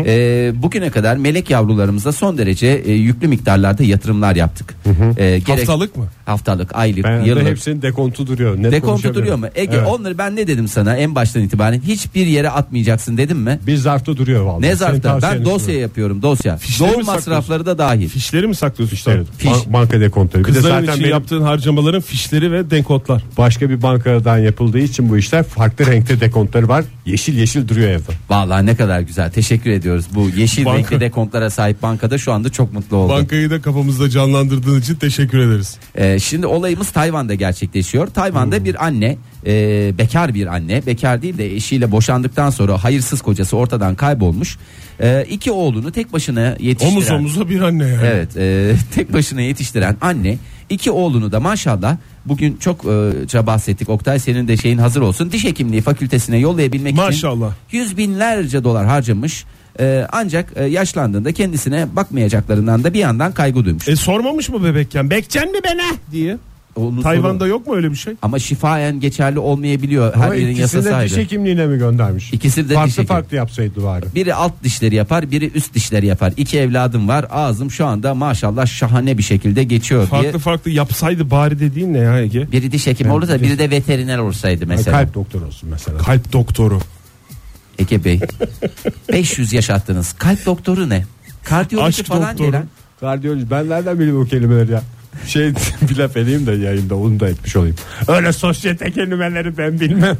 Bugüne kadar melek yavrularımıza son derece yüklü miktarlarda yatırımlar yaptık. Haftalık mı? Haftalık, aylık, Ben de yıllık. hepsinin dekontu duruyor. Net Dekontu konuşamıyorum. duruyor mu? Ege, Evet. onları ben ne dedim sana en baştan itibaren? Hiçbir yere atmayacaksın dedim mi? Bir zarfta duruyor vallahi. Ne Senin zarfta? tavsiyen Ben üstüne. dosya yapıyorum, dosya. Fişleri mi Doğum masrafları da dahil. Fişleri mi saklıyorsun? İşte Fiş. banka dekontları. Bir de Kızların zaten zaten için benim yaptığın harcamaların fişleri ve denkotlar. başka bir bankadan yapıldığı için bu işler farklı renkte dekontları var. Yeşil yeşil duruyor evde. Vallahi ne kadar güzel. Teşekkür ediyoruz. Bu yeşil Banka- renkli dekontlara sahip bankada şu anda çok mutlu oldum. Bankayı da kafamızda canlandırdığın için teşekkür ederiz. Şimdi olayımız Tayvan'da gerçekleşiyor. Tayvan'da bir anne, bekar bir anne, bekar değil de eşiyle boşandıktan sonra hayırsız kocası ortadan kaybolmuş. 2 oğlunu tek başına yetiştiren. Omuz omuza bir anne yani. Evet, tek başına yetiştiren anne 2 oğlunu da maşallah bugün çok bahsettik. Oktay, senin de şeyin hazır olsun. Diş hekimliği fakültesine yollayabilmek Maşallah. için yüz binlerce dolar harcamış. Ancak yaşlandığında kendisine bakmayacaklarından da bir yandan kaygı duymuş. Sormamış mı bebekken? Bekçen mi bana diye. Onun Tayvan'da soru- yok mu öyle bir şey? Ama şifayen geçerli olmayabiliyor. Ama Her yerin ikisini yasası de ayrı. diş hekimliğine mi göndermiş? İkisi de farklı diş hekimi. farklı yapsaydı bari. Biri alt dişleri yapar, biri üst dişleri yapar. 2 evladım var. Ağzım şu anda maşallah şahane bir şekilde geçiyor diye. Farklı farklı yapsaydı bari dediğin ne ya Ege? Biri diş hekimi olur da biri de veteriner olsaydı mesela. Kalp doktoru olsun mesela. Kalp doktoru. Ege Bey 500 yaşattınız. Kalp doktoru ne? Kardiyoloji Aşk falan doktoru. değil lan. Kardiyoloji, ben nereden bileyim o kelimeleri ya? Bir laf edeyim de yayında onu da etmiş olayım. Öyle sosyete kelimeleri ben bilmem.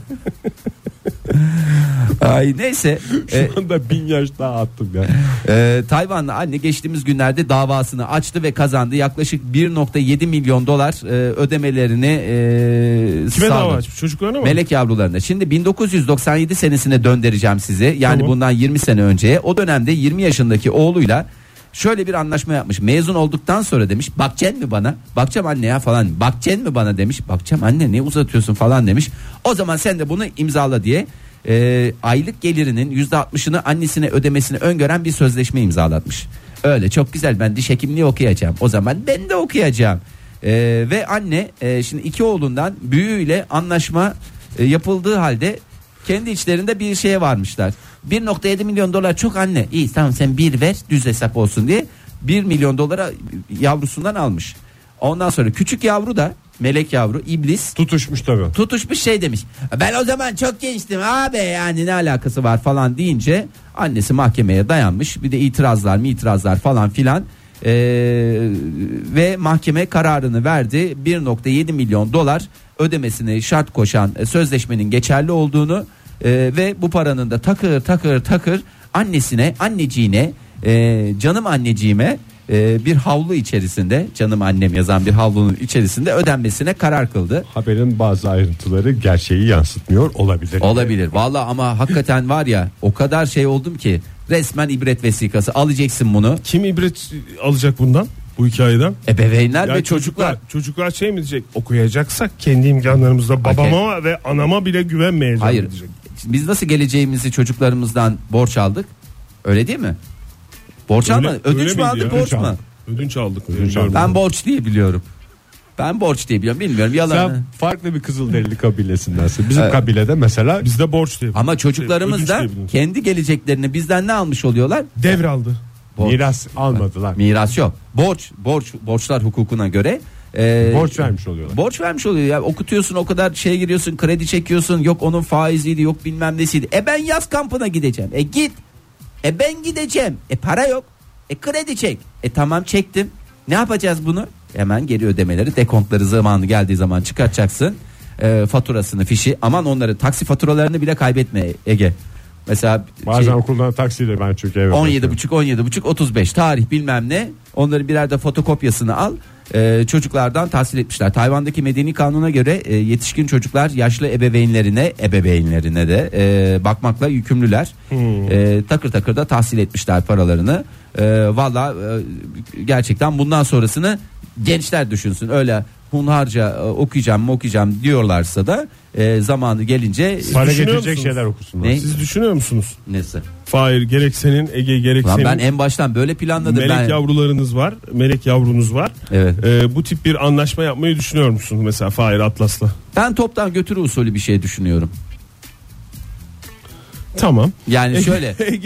Ay neyse. Şu anda 1000 yaş daha attım ya. Tayvanlı anne geçtiğimiz günlerde davasını açtı ve kazandı. Yaklaşık 1.7 milyon dolar ödemelerini Kime sağladı. dava açmış? Çocuklarına mı? Melek yavrularına. Şimdi 1997 senesine döndüreceğim sizi. Yani Tamam. bundan 20 sene önceye. O dönemde 20 yaşındaki oğluyla şöyle bir anlaşma yapmış. Mezun olduktan sonra demiş, bakacaksın mı bana? Bakacağım anne ya falan. Bakacaksın mı bana demiş. Bakacağım anne, ne uzatıyorsun falan demiş. O zaman sen de bunu imzala diye aylık gelirinin %60'ını annesine ödemesini öngören bir sözleşme imzalatmış. Öyle çok güzel, ben diş hekimliği okuyacağım. O zaman ben de okuyacağım. Ve anne şimdi 2 oğlundan büyüğüyle anlaşma yapıldığı halde kendi içlerinde bir şeye varmışlar. 1.7 milyon dolar çok anne. İyi tamam, sen bir ver, düz hesap olsun diye 1 milyon dolara yavrusundan almış. Ondan sonra küçük yavru da, melek yavru iblis Tutuşmuş tabii. tutuşmuş şey demiş. Ben o zaman çok gençtim abi, yani ne alakası var falan deyince annesi mahkemeye dayanmış. Bir de itirazlar falan filan. Ve mahkeme kararını verdi. 1.7 milyon dolar ödemesini şart koşan sözleşmenin geçerli olduğunu ve bu paranın da takır anneciğine canım anneciğime bir havlu içerisinde, canım annem yazan bir havlunun içerisinde ödenmesine karar kıldı. Haberin bazı ayrıntıları gerçeği yansıtmıyor olabilir. Olabilir. Vallahi ama hakikaten var ya, o kadar şey oldum ki resmen ibret vesikası. Alacaksın bunu. Kim ibret alacak bundan? Bu hikayeden? Ebeveynler Yani ve çocuklar. Çocuklar şey mi diyecek? Okuyacaksak kendi imkanlarımızla babama ve anama bile güvenmeyeceğim Hayır. diyecek. Biz nasıl geleceğimizi çocuklarımızdan borç aldık? Öyle değil mi? Borç alma. Ödünç öyle mü miydi aldık, ya? borç mu? Ödünç aldık. Ben borç diye biliyorum. Bilmiyorum yalan. Sen farklı bir Kızılderili kabilesindensin. Bizim kabilede mesela Bizde borç diye. Ama çocuklarımız Ödünç da diye biliyoruz. kendi geleceklerini bizden ne almış oluyorlar? Devraldı. Borç. miras almadılar. Miras yok. Borçlar hukukuna göre Borç vermiş oluyorlar. Borç vermiş oluyor ya. Okutuyorsun, o kadar şeye giriyorsun, kredi çekiyorsun. Yok onun faiziydi, yok bilmem nesiydi. Ben yaz kampına gideceğim. Git. Ben gideceğim. Para yok. Kredi çek. Tamam çektim. Ne yapacağız bunu? Hemen geri ödemeleri, dekontları zamanı geldiği zaman çıkartacaksın. Faturasını, fişi. Aman onları, taksi faturalarını bile kaybetme Ege. Mesela Bazen okuldan taksiyle ben çünkü eve 17,5 35 tarih bilmem ne, onların birer de fotokopyasını al. Çocuklardan tahsil etmişler. Tayvan'daki medeni kanuna göre yetişkin çocuklar yaşlı ebeveynlerine de bakmakla yükümlüler. Takır takır da tahsil etmişler paralarını. Valla gerçekten bundan sonrasını gençler düşünsün. Öyle hunharca okuyacağım diyorlarsa da zamanı gelince para Düşünüyor getirecek musunuz? şeyler okusunlar. Ne? Siz düşünüyor musunuz? nesi? Fahir, gerek senin, Ege, gerek Lan senin. ben en baştan böyle planladım. Melek yavrularınız var. Melek yavrunuz var. Evet. Bu tip bir anlaşma yapmayı düşünüyor musun mesela Fahir Atlas'la? Ben toptan götürü usulü bir şey düşünüyorum. Tamam. Yani şöyle Ege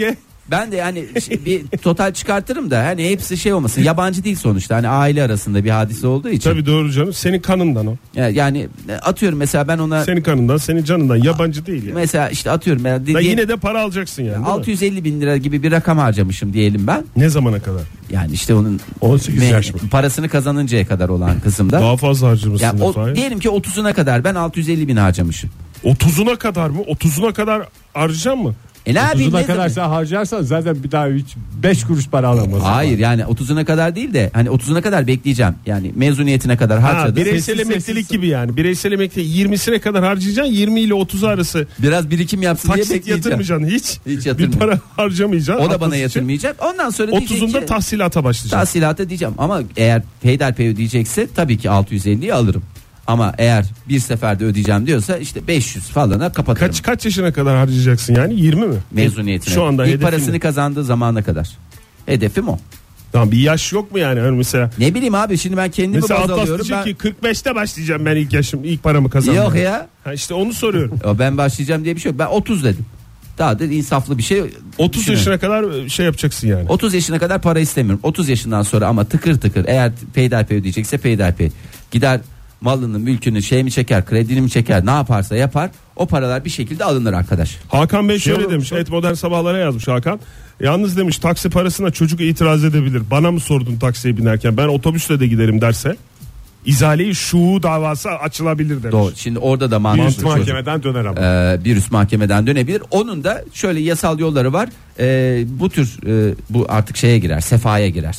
Ben de yani bir total çıkartırım da hani hepsi şey olmasın. Yabancı değil sonuçta. Hani aile arasında bir hadise olduğu için. Tabii doğru canım. Senin kanından o. Yani atıyorum mesela ben ona Senin kanından, senin canından. Yabancı değil yani. mesela işte atıyorum Da yine de para alacaksın yani. değil mi? 650 bin lira gibi bir rakam harcamışım diyelim ben. Ne zamana kadar? Yani işte onun 18 yaş mı? parasını kazanıncaya kadar olan kısımda. Daha fazla harcamışsın. Yani Fahir. diyelim ki 30'una kadar ben 650 bin harcamışım. 30'una kadar mı? 30'una kadar harcayacaksın mı? Ne yapayım? 30'una ne kadar zaman? sen harcarsan zaten bir daha hiç 5 kuruş para alamazsın. Hayır yani 30'una kadar değil de hani 30'una kadar bekleyeceğim. Yani mezuniyetine kadar harcadım. Bireysel emeklilik gibi yani. Bireysel emeklilik 20'sine kadar harcayacaksın. 20 ile 30 arası Biraz birikim yapsın diye taksit bekleyeceğim. yatırmayacaksın hiç. Hiç Bir yatırmayacağım. para harcamayacaksın. O da bana Haklısın. yatırmayacak. Ondan sonra diyecek 30'unda ki tahsilata başlayacaksın. tahsilata diyeceğim. Ama eğer peyderpey ödeyecekse tabii ki 650'yi alırım. Ama eğer bir seferde ödeyeceğim diyorsa işte 500 falana kapatırım. Kaç yaşına kadar harcayacaksın yani? 20 mi? Mezuniyetine. Şu anda İlk hedefin parasını ne? kazandığı zamana kadar. Hedefim o. Tamam, bir yaş yok mu yani? Hani mesela Ne bileyim abi şimdi ben kendimi mesela baz Atlas alıyorum. diyecek Ben... ki 45'te başlayacağım ben ilk paramı kazanmaya. Yok ya. Ha işte onu soruyorum. Ben başlayacağım diye bir şey yok. Ben 30 dedim. Daha da insaflı bir şey. 30 düşünün. yaşına kadar şey yapacaksın yani. 30 yaşına kadar para istemiyorum. 30 yaşından sonra ama tıkır tıkır eğer peyderpey ödeyecekse peyderpey. Gider malını mülkünü mi çeker, kredini mi çeker, ne yaparsa yapar. O paralar bir şekilde alınır arkadaş. Hakan Bey şöyle olur demiş. musun? Et Modern Sabahlara yazmış Hakan. Yalnız demiş taksi parasına çocuk itiraz edebilir. Bana mı sordun taksiye binerken? Ben otobüsle de giderim derse. İzale-i şuu davası açılabilir demiş. Doğru. Şimdi orada da Bir mantıklı. üst mahkemeden döner ama. Bir üst mahkemeden dönebilir. Onun da şöyle yasal yolları var. Bu tür bu artık şeye girer, sefaya girer.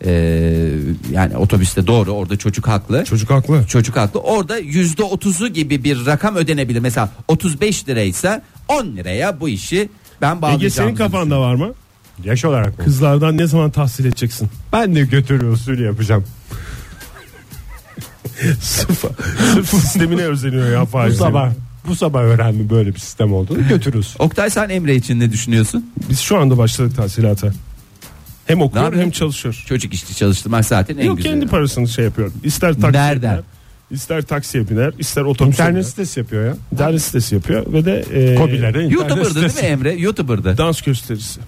Yani otobüste doğru orada çocuk haklı. Çocuk haklı. Çocuk haklı. Orada %30'u gibi bir rakam ödenebilir. Mesela 35 liraysa 10 liraya bu işi ben bağlayacağım. Ege senin kafanda var mı? Yaş olarak mı? Kızlardan ne zaman tahsil edeceksin? Ben de götürü usulü yapacağım. Sırf sistemine özeniyor ya Fahir. Bu sabah öğrendim böyle bir sistem olduğunu, götürürüz. Oktay sen Emre için ne düşünüyorsun? Biz şu anda başladık tahsilata. Hem okuyor yapayım? hem çalışıyor. Çocuk işçi çalıştırmak zaten en Yok, güzeli. kendi parasını şey yapıyor. İster taksiye Nereden? biner, ister taksiye biner, ister otobüse İnternet biner. sitesi yapıyor ya. İnternet sitesi yapıyor ve de Kobilere internet YouTuber'dı değil mi sitesi. Emre? YouTuber'dı. dans gösterisi.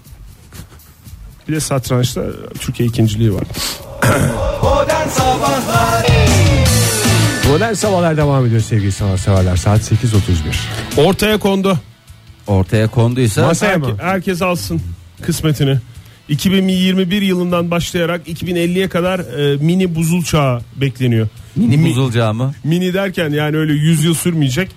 Bir de satrançta Türkiye ikinciliği var. Modern Sabahlar Modern Sabahlar devam ediyor sevgili sanatseverler. Saat 8.31. Ortaya kondu. Ortaya konduysa Masaya mı? Herkes alsın kısmetini. 2021 yılından başlayarak 2050'ye kadar mini buzul çağı bekleniyor. mini buzulacağı mı? Mini derken yani öyle 100 yıl sürmeyecek.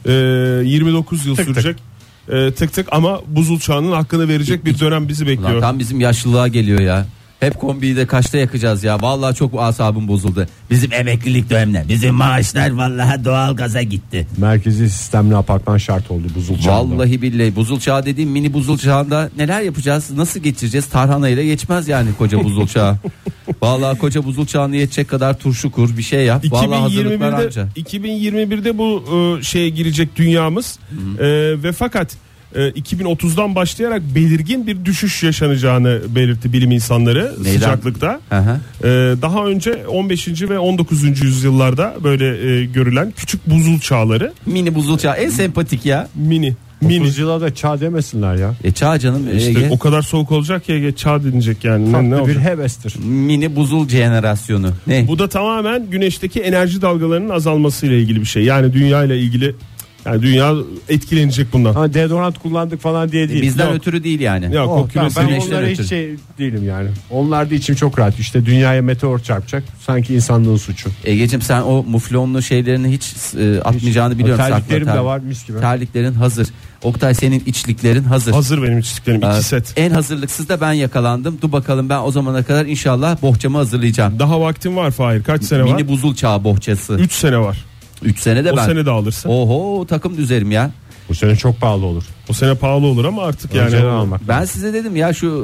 29 yıl Tık tık. sürecek. Tık tık ama buzul çağının hakkını verecek bir dönem bizi Ulan bekliyor. tam bizim yaşlılığa geliyor ya. Hep kombiyi de kaçta yakacağız ya. Vallahi çok asabım bozuldu. Bizim emeklilik dönemine. Bizim maaşlar vallahi doğal gaza gitti. Merkezi sistemli apartman şart oldu buzul çağında. Vallahi billahi buzul çağı dediğim mini buzul çağında neler yapacağız? Nasıl geçireceğiz? Tarhana ile geçmez yani koca buzul çağı. Vallahi koca buzul çağını yetecek kadar turşu kur bir şey yap. Vallahi hazırlıklar anca. 2021'de bu şeye girecek dünyamız. Ve fakat 2030'dan başlayarak belirgin bir düşüş yaşanacağını belirtti bilim insanları. Neyden? Sıcaklıkta. Hı hı. Daha önce 15. ve 19. yüzyıllarda böyle görülen küçük buzul çağları, Mini buzul çağı en sempatik ya. mini. 30 yıla da çağ demesinler ya. Çağ canım. İşte Ege. o kadar soğuk olacak ya çağ denilecek yani. Ne Farklı bir olacak? hevestir. Mini buzul jenerasyonu. Ne? Bu da tamamen güneşteki enerji dalgalarının azalması ile ilgili bir şey. Yani dünya ile ilgili, yani dünya etkilenecek bundan. Ha, deodorant kullandık falan diye değil. Bizden Yok. ötürü değil yani. Yok, Oh, o tamam, küresel ben güneşten onlara ötürü. hiç şey değilim yani. Onlar da içim çok rahat. İşte dünyaya meteor çarpacak. Sanki insanlığın suçu. Egeciğim sen o muflonlu şeylerini hiç atmayacağını biliyorum. Terliklerim Sakla, de var mis gibi. Terliklerin hazır. Oktay senin içliklerin hazır. Hazır benim içtiklerim 2 set. En hazırlıksız da ben yakalandım. Dur bakalım ben o zamana kadar inşallah bohçamı hazırlayacağım. Daha vaktim var Fahir. Kaç sene var? Mini buzul çağı bohçası. 3 sene var. 3 senede O ben. sene de alırsın. Oho takım düzerim ya. Bu sene çok pahalı olur. O sene pahalı olur ama artık yani. Önceden almak. Ben size dedim ya şu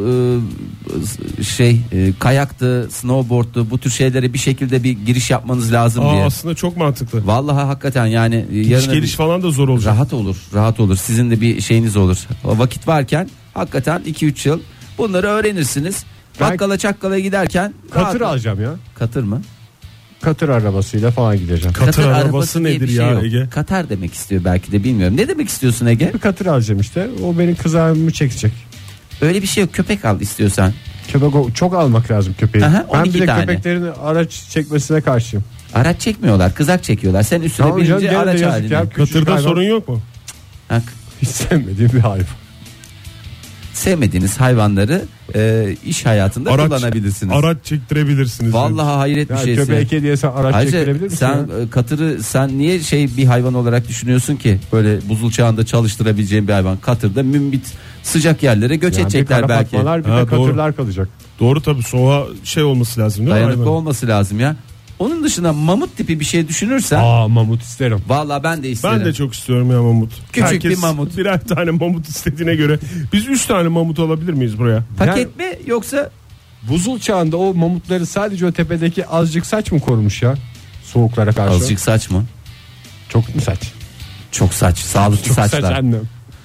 kayaktı, snowboard'tu bu tür şeylere bir şekilde bir giriş yapmanız lazım diye. Aslında çok mantıklı. Vallahi hakikaten yani Hiç yarın geliş falan da zor olacak. rahat olur. Sizin de bir şeyiniz olur. O vakit varken hakikaten 2-3 yıl bunları öğrenirsiniz. Ben- Bakkala çakkala giderken Katır rahat- alacağım ya. Katır mı? Katır arabasıyla falan gideceğim. Katır arabası arabası diye bir nedir şey ya yok. Ege? Katar demek istiyor belki de bilmiyorum. Ne demek istiyorsun Ege? Bir katır alacağım işte. O benim kızağımı çekecek. Öyle bir şey yok. Köpek al istiyorsan. Köpek çok almak lazım köpeği. Aha, ben 12 bir de tane. köpeklerin araç çekmesine karşıyım. Araç çekmiyorlar, kızak çekiyorlar. Sen üstüne Tamam canım, binince gene de araç yazık halinde. ya. Küçücük Katırda hayvan. sorun yok mu? Ha, Hiç sevmediğim bir hayvan. sevmediğiniz hayvanları iş hayatında kullanabilirsiniz. Araç çektirebilirsiniz. Vallahi hayret bir Yani şeysi. köpeğe kediye sen araç Ayrıca çektirebilir misin? sen ya? katırı sen niye bir hayvan olarak düşünüyorsun ki? Böyle buzul çağında çalıştırabileceğin bir hayvan. Katırda mümbit sıcak yerlere göç Yani bir edecekler kara belki. fatmalar, bir Ha, de doğru. katırlar kalacak. Doğru tabii, soğuğa olması lazım değil mi? Dayanıklı hayvanın? olması lazım ya. Onun dışında mamut tipi bir şey düşünürsen Mamut isterim. vallahi ben de isterim. Ben de çok istiyorum ya mamut. Küçük bir mamut. Birer tane mamut istediğine göre biz 3 tane mamut alabilir miyiz buraya? Paket mi yoksa Buzul çağında o mamutları sadece o tepedeki azıcık saç mı korumuş ya? Soğuklara karşı. azıcık saç mı? Çok mu saç? Çok saç, sağlıklı Çok saç saçlar. annem.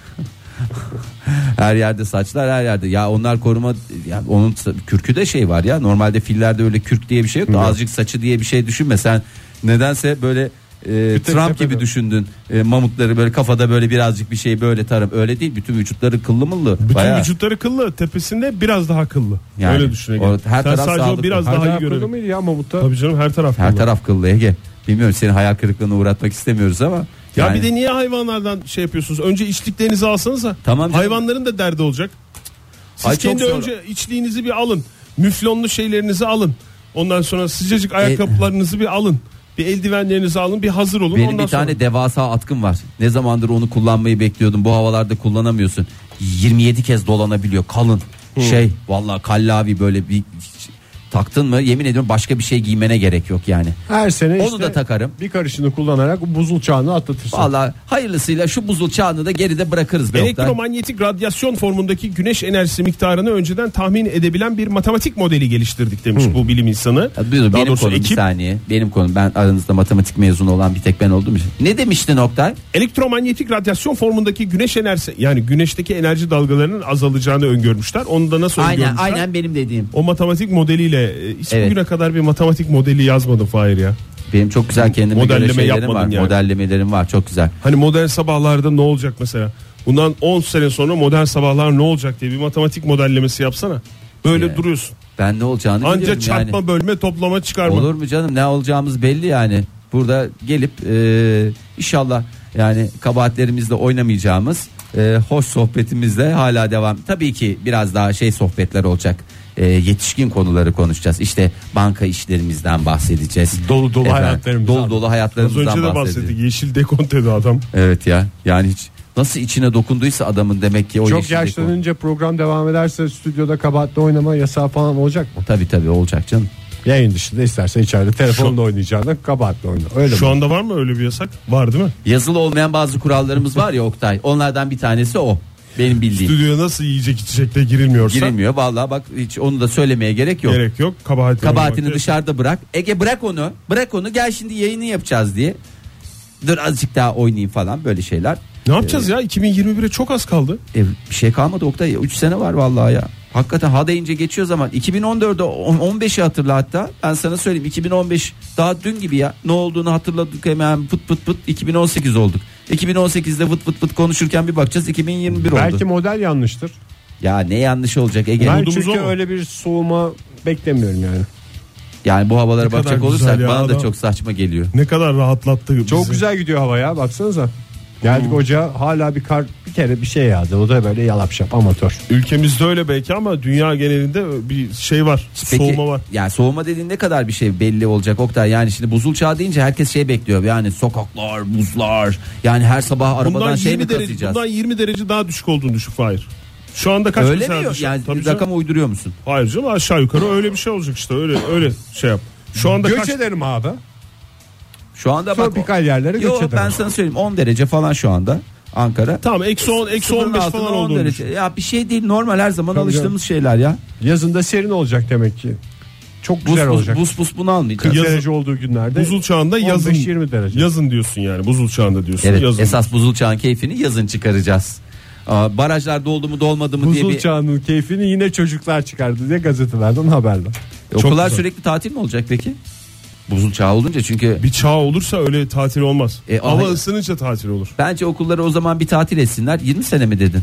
Her yerde saçlar, her yerde. Ya onlar koruma, yani onun kürkü de şey var ya. Normalde fillerde öyle kürk diye bir şey yok da azıcık saçı diye bir şey düşünme. Sen nedense böyle Trump tepede. gibi düşündün. Mamutları böyle kafada böyle birazcık bir şey böyle tarım. Öyle değil. Bütün vücutları kıllı mıllı. Bütün Bayağı. vücutları kıllı, tepesinde biraz daha kıllı. Yani Öyle düşünelim. o her Sen taraf sadece sağlıklı. o biraz Her daha iyi taraf kıllı görelim. mıydı ya mamutta? Tabii canım, her taraf Her kıllı. taraf kıllı Ege. Bilmiyorum, seni hayal kırıklığına uğratmak istemiyoruz ama. Ya yani- bir de niye hayvanlardan şey yapıyorsunuz? Önce içliklerinizi alsanıza. Tamam canım. Hayvanların da derdi olacak. Siz Ay, çok kendi zor. önce içliğinizi bir alın. Müflonlu şeylerinizi alın. Ondan sonra sıcacık ayakkabılarınızı bir alın. Bir eldivenlerinizi alın, bir hazır olun. Benim Ondan bir tane sonra... devasa atkım var. Ne zamandır onu kullanmayı bekliyordum. Bu havalarda kullanamıyorsun. 27 kez dolanabiliyor. Kalın. Vallahi kallavi böyle bir taktın mı yemin ediyorum başka bir şey giymene gerek yok yani. Her sene Onu işte da takarım. bir karışını kullanarak buzul çağını atlatırsın. Vallahi hayırlısıyla şu buzul çağını da geride bırakırız be Oktay. Elektromanyetik radyasyon formundaki güneş enerjisi miktarını önceden tahmin edebilen bir matematik modeli geliştirdik demiş bu bilim insanı. Ya, Daha benim doğrusu konum bir ekip. saniye. Benim konum, ben aranızda matematik mezunu olan bir tek ben olduğum için. Ne demiştin Oktay? Elektromanyetik radyasyon formundaki güneş enerjisi, yani güneşteki enerji dalgalarının azalacağını öngörmüşler. Onu da nasıl öngörmüşler? Aynen benim dediğim. O matematik modeliyle hiç Evet. bugüne kadar bir matematik modeli yazmadım Fahir ya. Benim çok güzel kendime Modelleme göre şeylerim yapmadın var. yani. Modellemelerim var, çok güzel. Hani modern sabahlarda ne olacak mesela? Bundan 10 sene sonra modern sabahlar ne olacak diye bir matematik modellemesi yapsana. Böyle Yani. duruyorsun. Ben ne olacağını Anca biliyorum çarpma, yani. bölme, toplama, çıkarma. Olur mu canım, ne olacağımız belli yani. Burada gelip inşallah yani kabahatlerimizle oynamayacağımız hoş sohbetimizle hala devam. Tabii ki biraz daha sohbetler olacak. Yetişkin konuları konuşacağız. İşte banka işlerimizden bahsedeceğiz. Dolu dolu hayatlarımızdan. Dolu dolu Az hayatlarımızdan önce de bahsedeceğiz. bahsettik. Yeşil dekontede adam. Evet ya. Yani hiç nasıl içine dokunduysa adamın demek ki o Çok yeşildeki yaşlanınca program devam ederse stüdyoda kabahatli oynama yasağı falan olacak mı? Tabii olacak canım. Yayın dışında istersen içeride telefonla oynayacağına kabahatli oyna. Öyle Şu mi? anda var mı öyle bir yasak? Var değil mi? Yazılı olmayan bazı kurallarımız var ya Oktay. Onlardan bir tanesi o. Benim bildiğim. Stüdyoya nasıl yiyecek içecekte girilmiyorsa Girilmiyor vallahi, bak hiç onu da söylemeye gerek yok. gerek yok. Kabahatini dışarıda bırak. Ege bırak onu. Bırak onu, gel şimdi yayını yapacağız diye. Dur azıcık daha oynayayım falan, böyle şeyler. Ne yapacağız ya? 2021'e çok az kaldı. Bir şey kalmadı Oktay. 3 sene var vallahi ya. Hakikaten ha deyince geçiyor zaman. 2014'de 15'i hatırla hatta. Ben sana söyleyeyim, 2015 daha dün gibi ya. Ne olduğunu hatırladık hemen, pıt pıt pıt 2018 olduk. 2018'de vıt vıt vıt konuşurken bir bakacağız 2021 oldu. Belki model yanlıştır. Ya ne yanlış olacak Ege? Ben Umudumuz çünkü o mu? öyle bir soğuma beklemiyorum yani. Yani bu havalara Ne kadar bakacak güzel olursak ya bana da adam. çok saçma geliyor. Ne kadar rahatlattı bizi. Çok güzel gidiyor hava ya, baksanıza. Geldik ocağa, hala bir kere bir şey yağdı. O da böyle yalap şap amatör. Ülkemizde öyle belki ama dünya genelinde bir şey var. Peki, Soğuma var. Yani soğuma dediğin ne kadar bir şey belli olacak Oktay? Yani şimdi buzul çağı deyince herkes bekliyor. Yani sokaklar, buzlar. Yani her sabah arabadan Bundan mi 20 derece, kasacağız? bundan 20 derece daha düşük olduğunu düşün Fahir. Şu anda kaç Öyle mesela mi? düşün? Yani Tabii canım. rakamı uyduruyor musun? Hayır canım, aşağı yukarı öyle bir şey olacak işte. Öyle şey yap. Şu anda Göç kaç? ederim abi. Şu anda bak. Tropikal yerlere göç Yo, ederim. ben sana söyleyeyim 10 derece falan şu anda Ankara. Tamam, eksi 10, eksi Sıfırın 15 altında falan 10 olduğunu derece. düşün. Ya bir şey değil, normal, her zaman Tabii alıştığımız şeyler ya. Yazında serin olacak demek ki. Çok güzel olacak. Buz bunu almayacağız. 40 Yazın- derece olduğu günlerde. Buzul çağında yazın. 15-20 derece. Yazın diyorsun yani. Buzul çağında diyorsun. Evet, yazın. esas buzul çağın keyfini yazın çıkaracağız. Barajlar doldu mu dolmadı mı diye Buzul bir çağının keyfini yine çocuklar çıkardı diye gazetelerden haberler. okullar güzel. sürekli tatil mi olacak peki? Buzul çağı olunca çünkü Bir çağ olursa öyle tatil olmaz. Hava hayır. ısınınca tatil olur. bence okulları o zaman bir tatil etsinler. 20 sene mi dedin?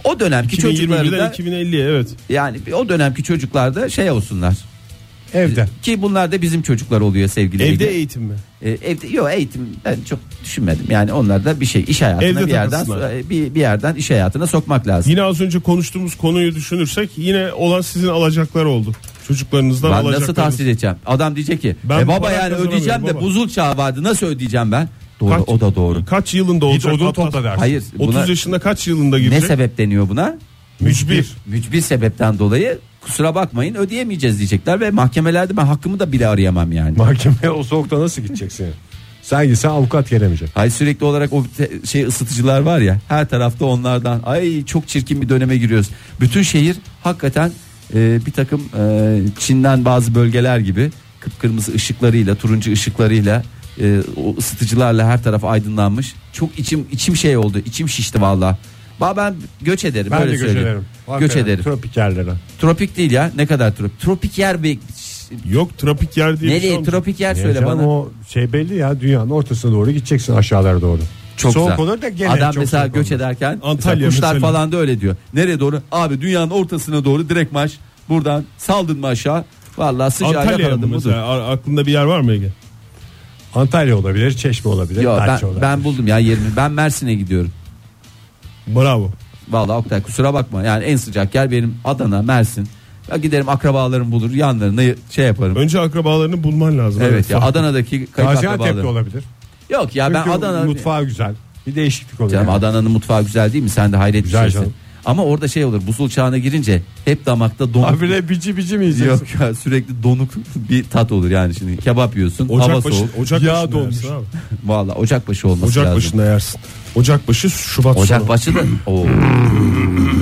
O dönemki çocukları 2020'den da 2050'ye evet. yani o dönemki çocuklar da şey olsunlar. Evde. Ki bunlar da bizim çocuklar oluyor sevgili Evde Ege. eğitim mi? Evde yok, eğitim ben çok düşünmedim. Yani onlar da bir şey iş hayatına Evde bir yerden takılsınlar. bir yerden iş hayatına sokmak lazım. Yine az önce konuştuğumuz konuyu düşünürsek yine olan sizin alacaklar oldu. Çocuklarınızdan Ben alacaklarınız. nasıl tahsil edeceğim? Adam diyecek ki Ben baba para yani kazanamıyorum ödeyeceğim de baba. buzul çağı vardı, nasıl ödeyeceğim ben? Doğru, o da doğru. Kaç yılında Git olacak? odun Atlas? topla dersin. Hayır, 30 buna yaşında kaç yılında ne girecek? sebep deniyor buna? Mücbir. Mücbir sebepten dolayı kusura bakmayın ödeyemeyeceğiz diyecekler ve mahkemelerde ben hakkımı da bile arayamam yani. Mahkemeye o soğukta nasıl gideceksin? Sen gitsen avukat gelemeyecek. Hayır, sürekli olarak o şey ısıtıcılar var ya, her tarafta onlardan. Ay çok çirkin bir döneme giriyoruz. Bütün şehir hakikaten bir takım Çin'den bazı bölgeler gibi kıpkırmızı ışıklarıyla, turuncu ışıklarıyla, o ısıtıcılarla her taraf aydınlanmış. Çok içim şey oldu, içim şişti vallahi. Ben göç ederim, Ben öyle de göç söyleyeyim. ederim. Göç Hakikaten, ederim. Tropik yerlere. Tropik değil ya, ne kadar tropik. Tropik yer Yok tropik yer diye bir şey nereye olmuş. tropik yer Niye söyle canım, bana. o şey belli ya, dünyanın ortasına doğru gideceksin, aşağılara doğru. Çok soğuk güzel. olur da gene Adam çok mesela soğuk göç olur. ederken Antalya kuşlar mesela. falan da öyle diyor. Nereye doğru? Abi dünyanın ortasına doğru direkt marş. Buradan saldın mı aşağı? Vallahi sıcağı Antalya mı yakaladım mı? mesela? Aklında bir yer var mı Ege? Antalya olabilir, Çeşme olabilir, Yok, Datça olabilir. ben buldum ya yerimi. Ben Mersin'e gidiyorum. Bravo. Vallahi Oktay kusura bakma. Yani en sıcak yer benim Adana, Mersin. Ya giderim akrabalarım bulur, yanlarına şey yaparım. Önce akrabalarını bulman lazım. Evet ya, Fark- Adana'daki kayıp Gaziantep'te akrabalarım. olabilir. Yok ya, ben Çünkü Adana mutfağı güzel. Bir değişiklik olur. Canım, yani. Adana'nın mutfağı güzel değil mi? Sen de hayret Güzel düşersin. canım. Ama orada şey olur, buzul çağına girince hep damakta donuk. Habire bici bici mi yiyeceksin? Yok ya, sürekli donuk bir tat olur yani. Şimdi kebap yiyorsun, hava Ocakbaşı, soğuk. Ocakbaşı'nda dolmuş. yersin abi. Vallahi ocakbaşı olması lazım. Ocakbaşı'nda yersin. Ocakbaşı Şubat sonu. Ocakbaşı da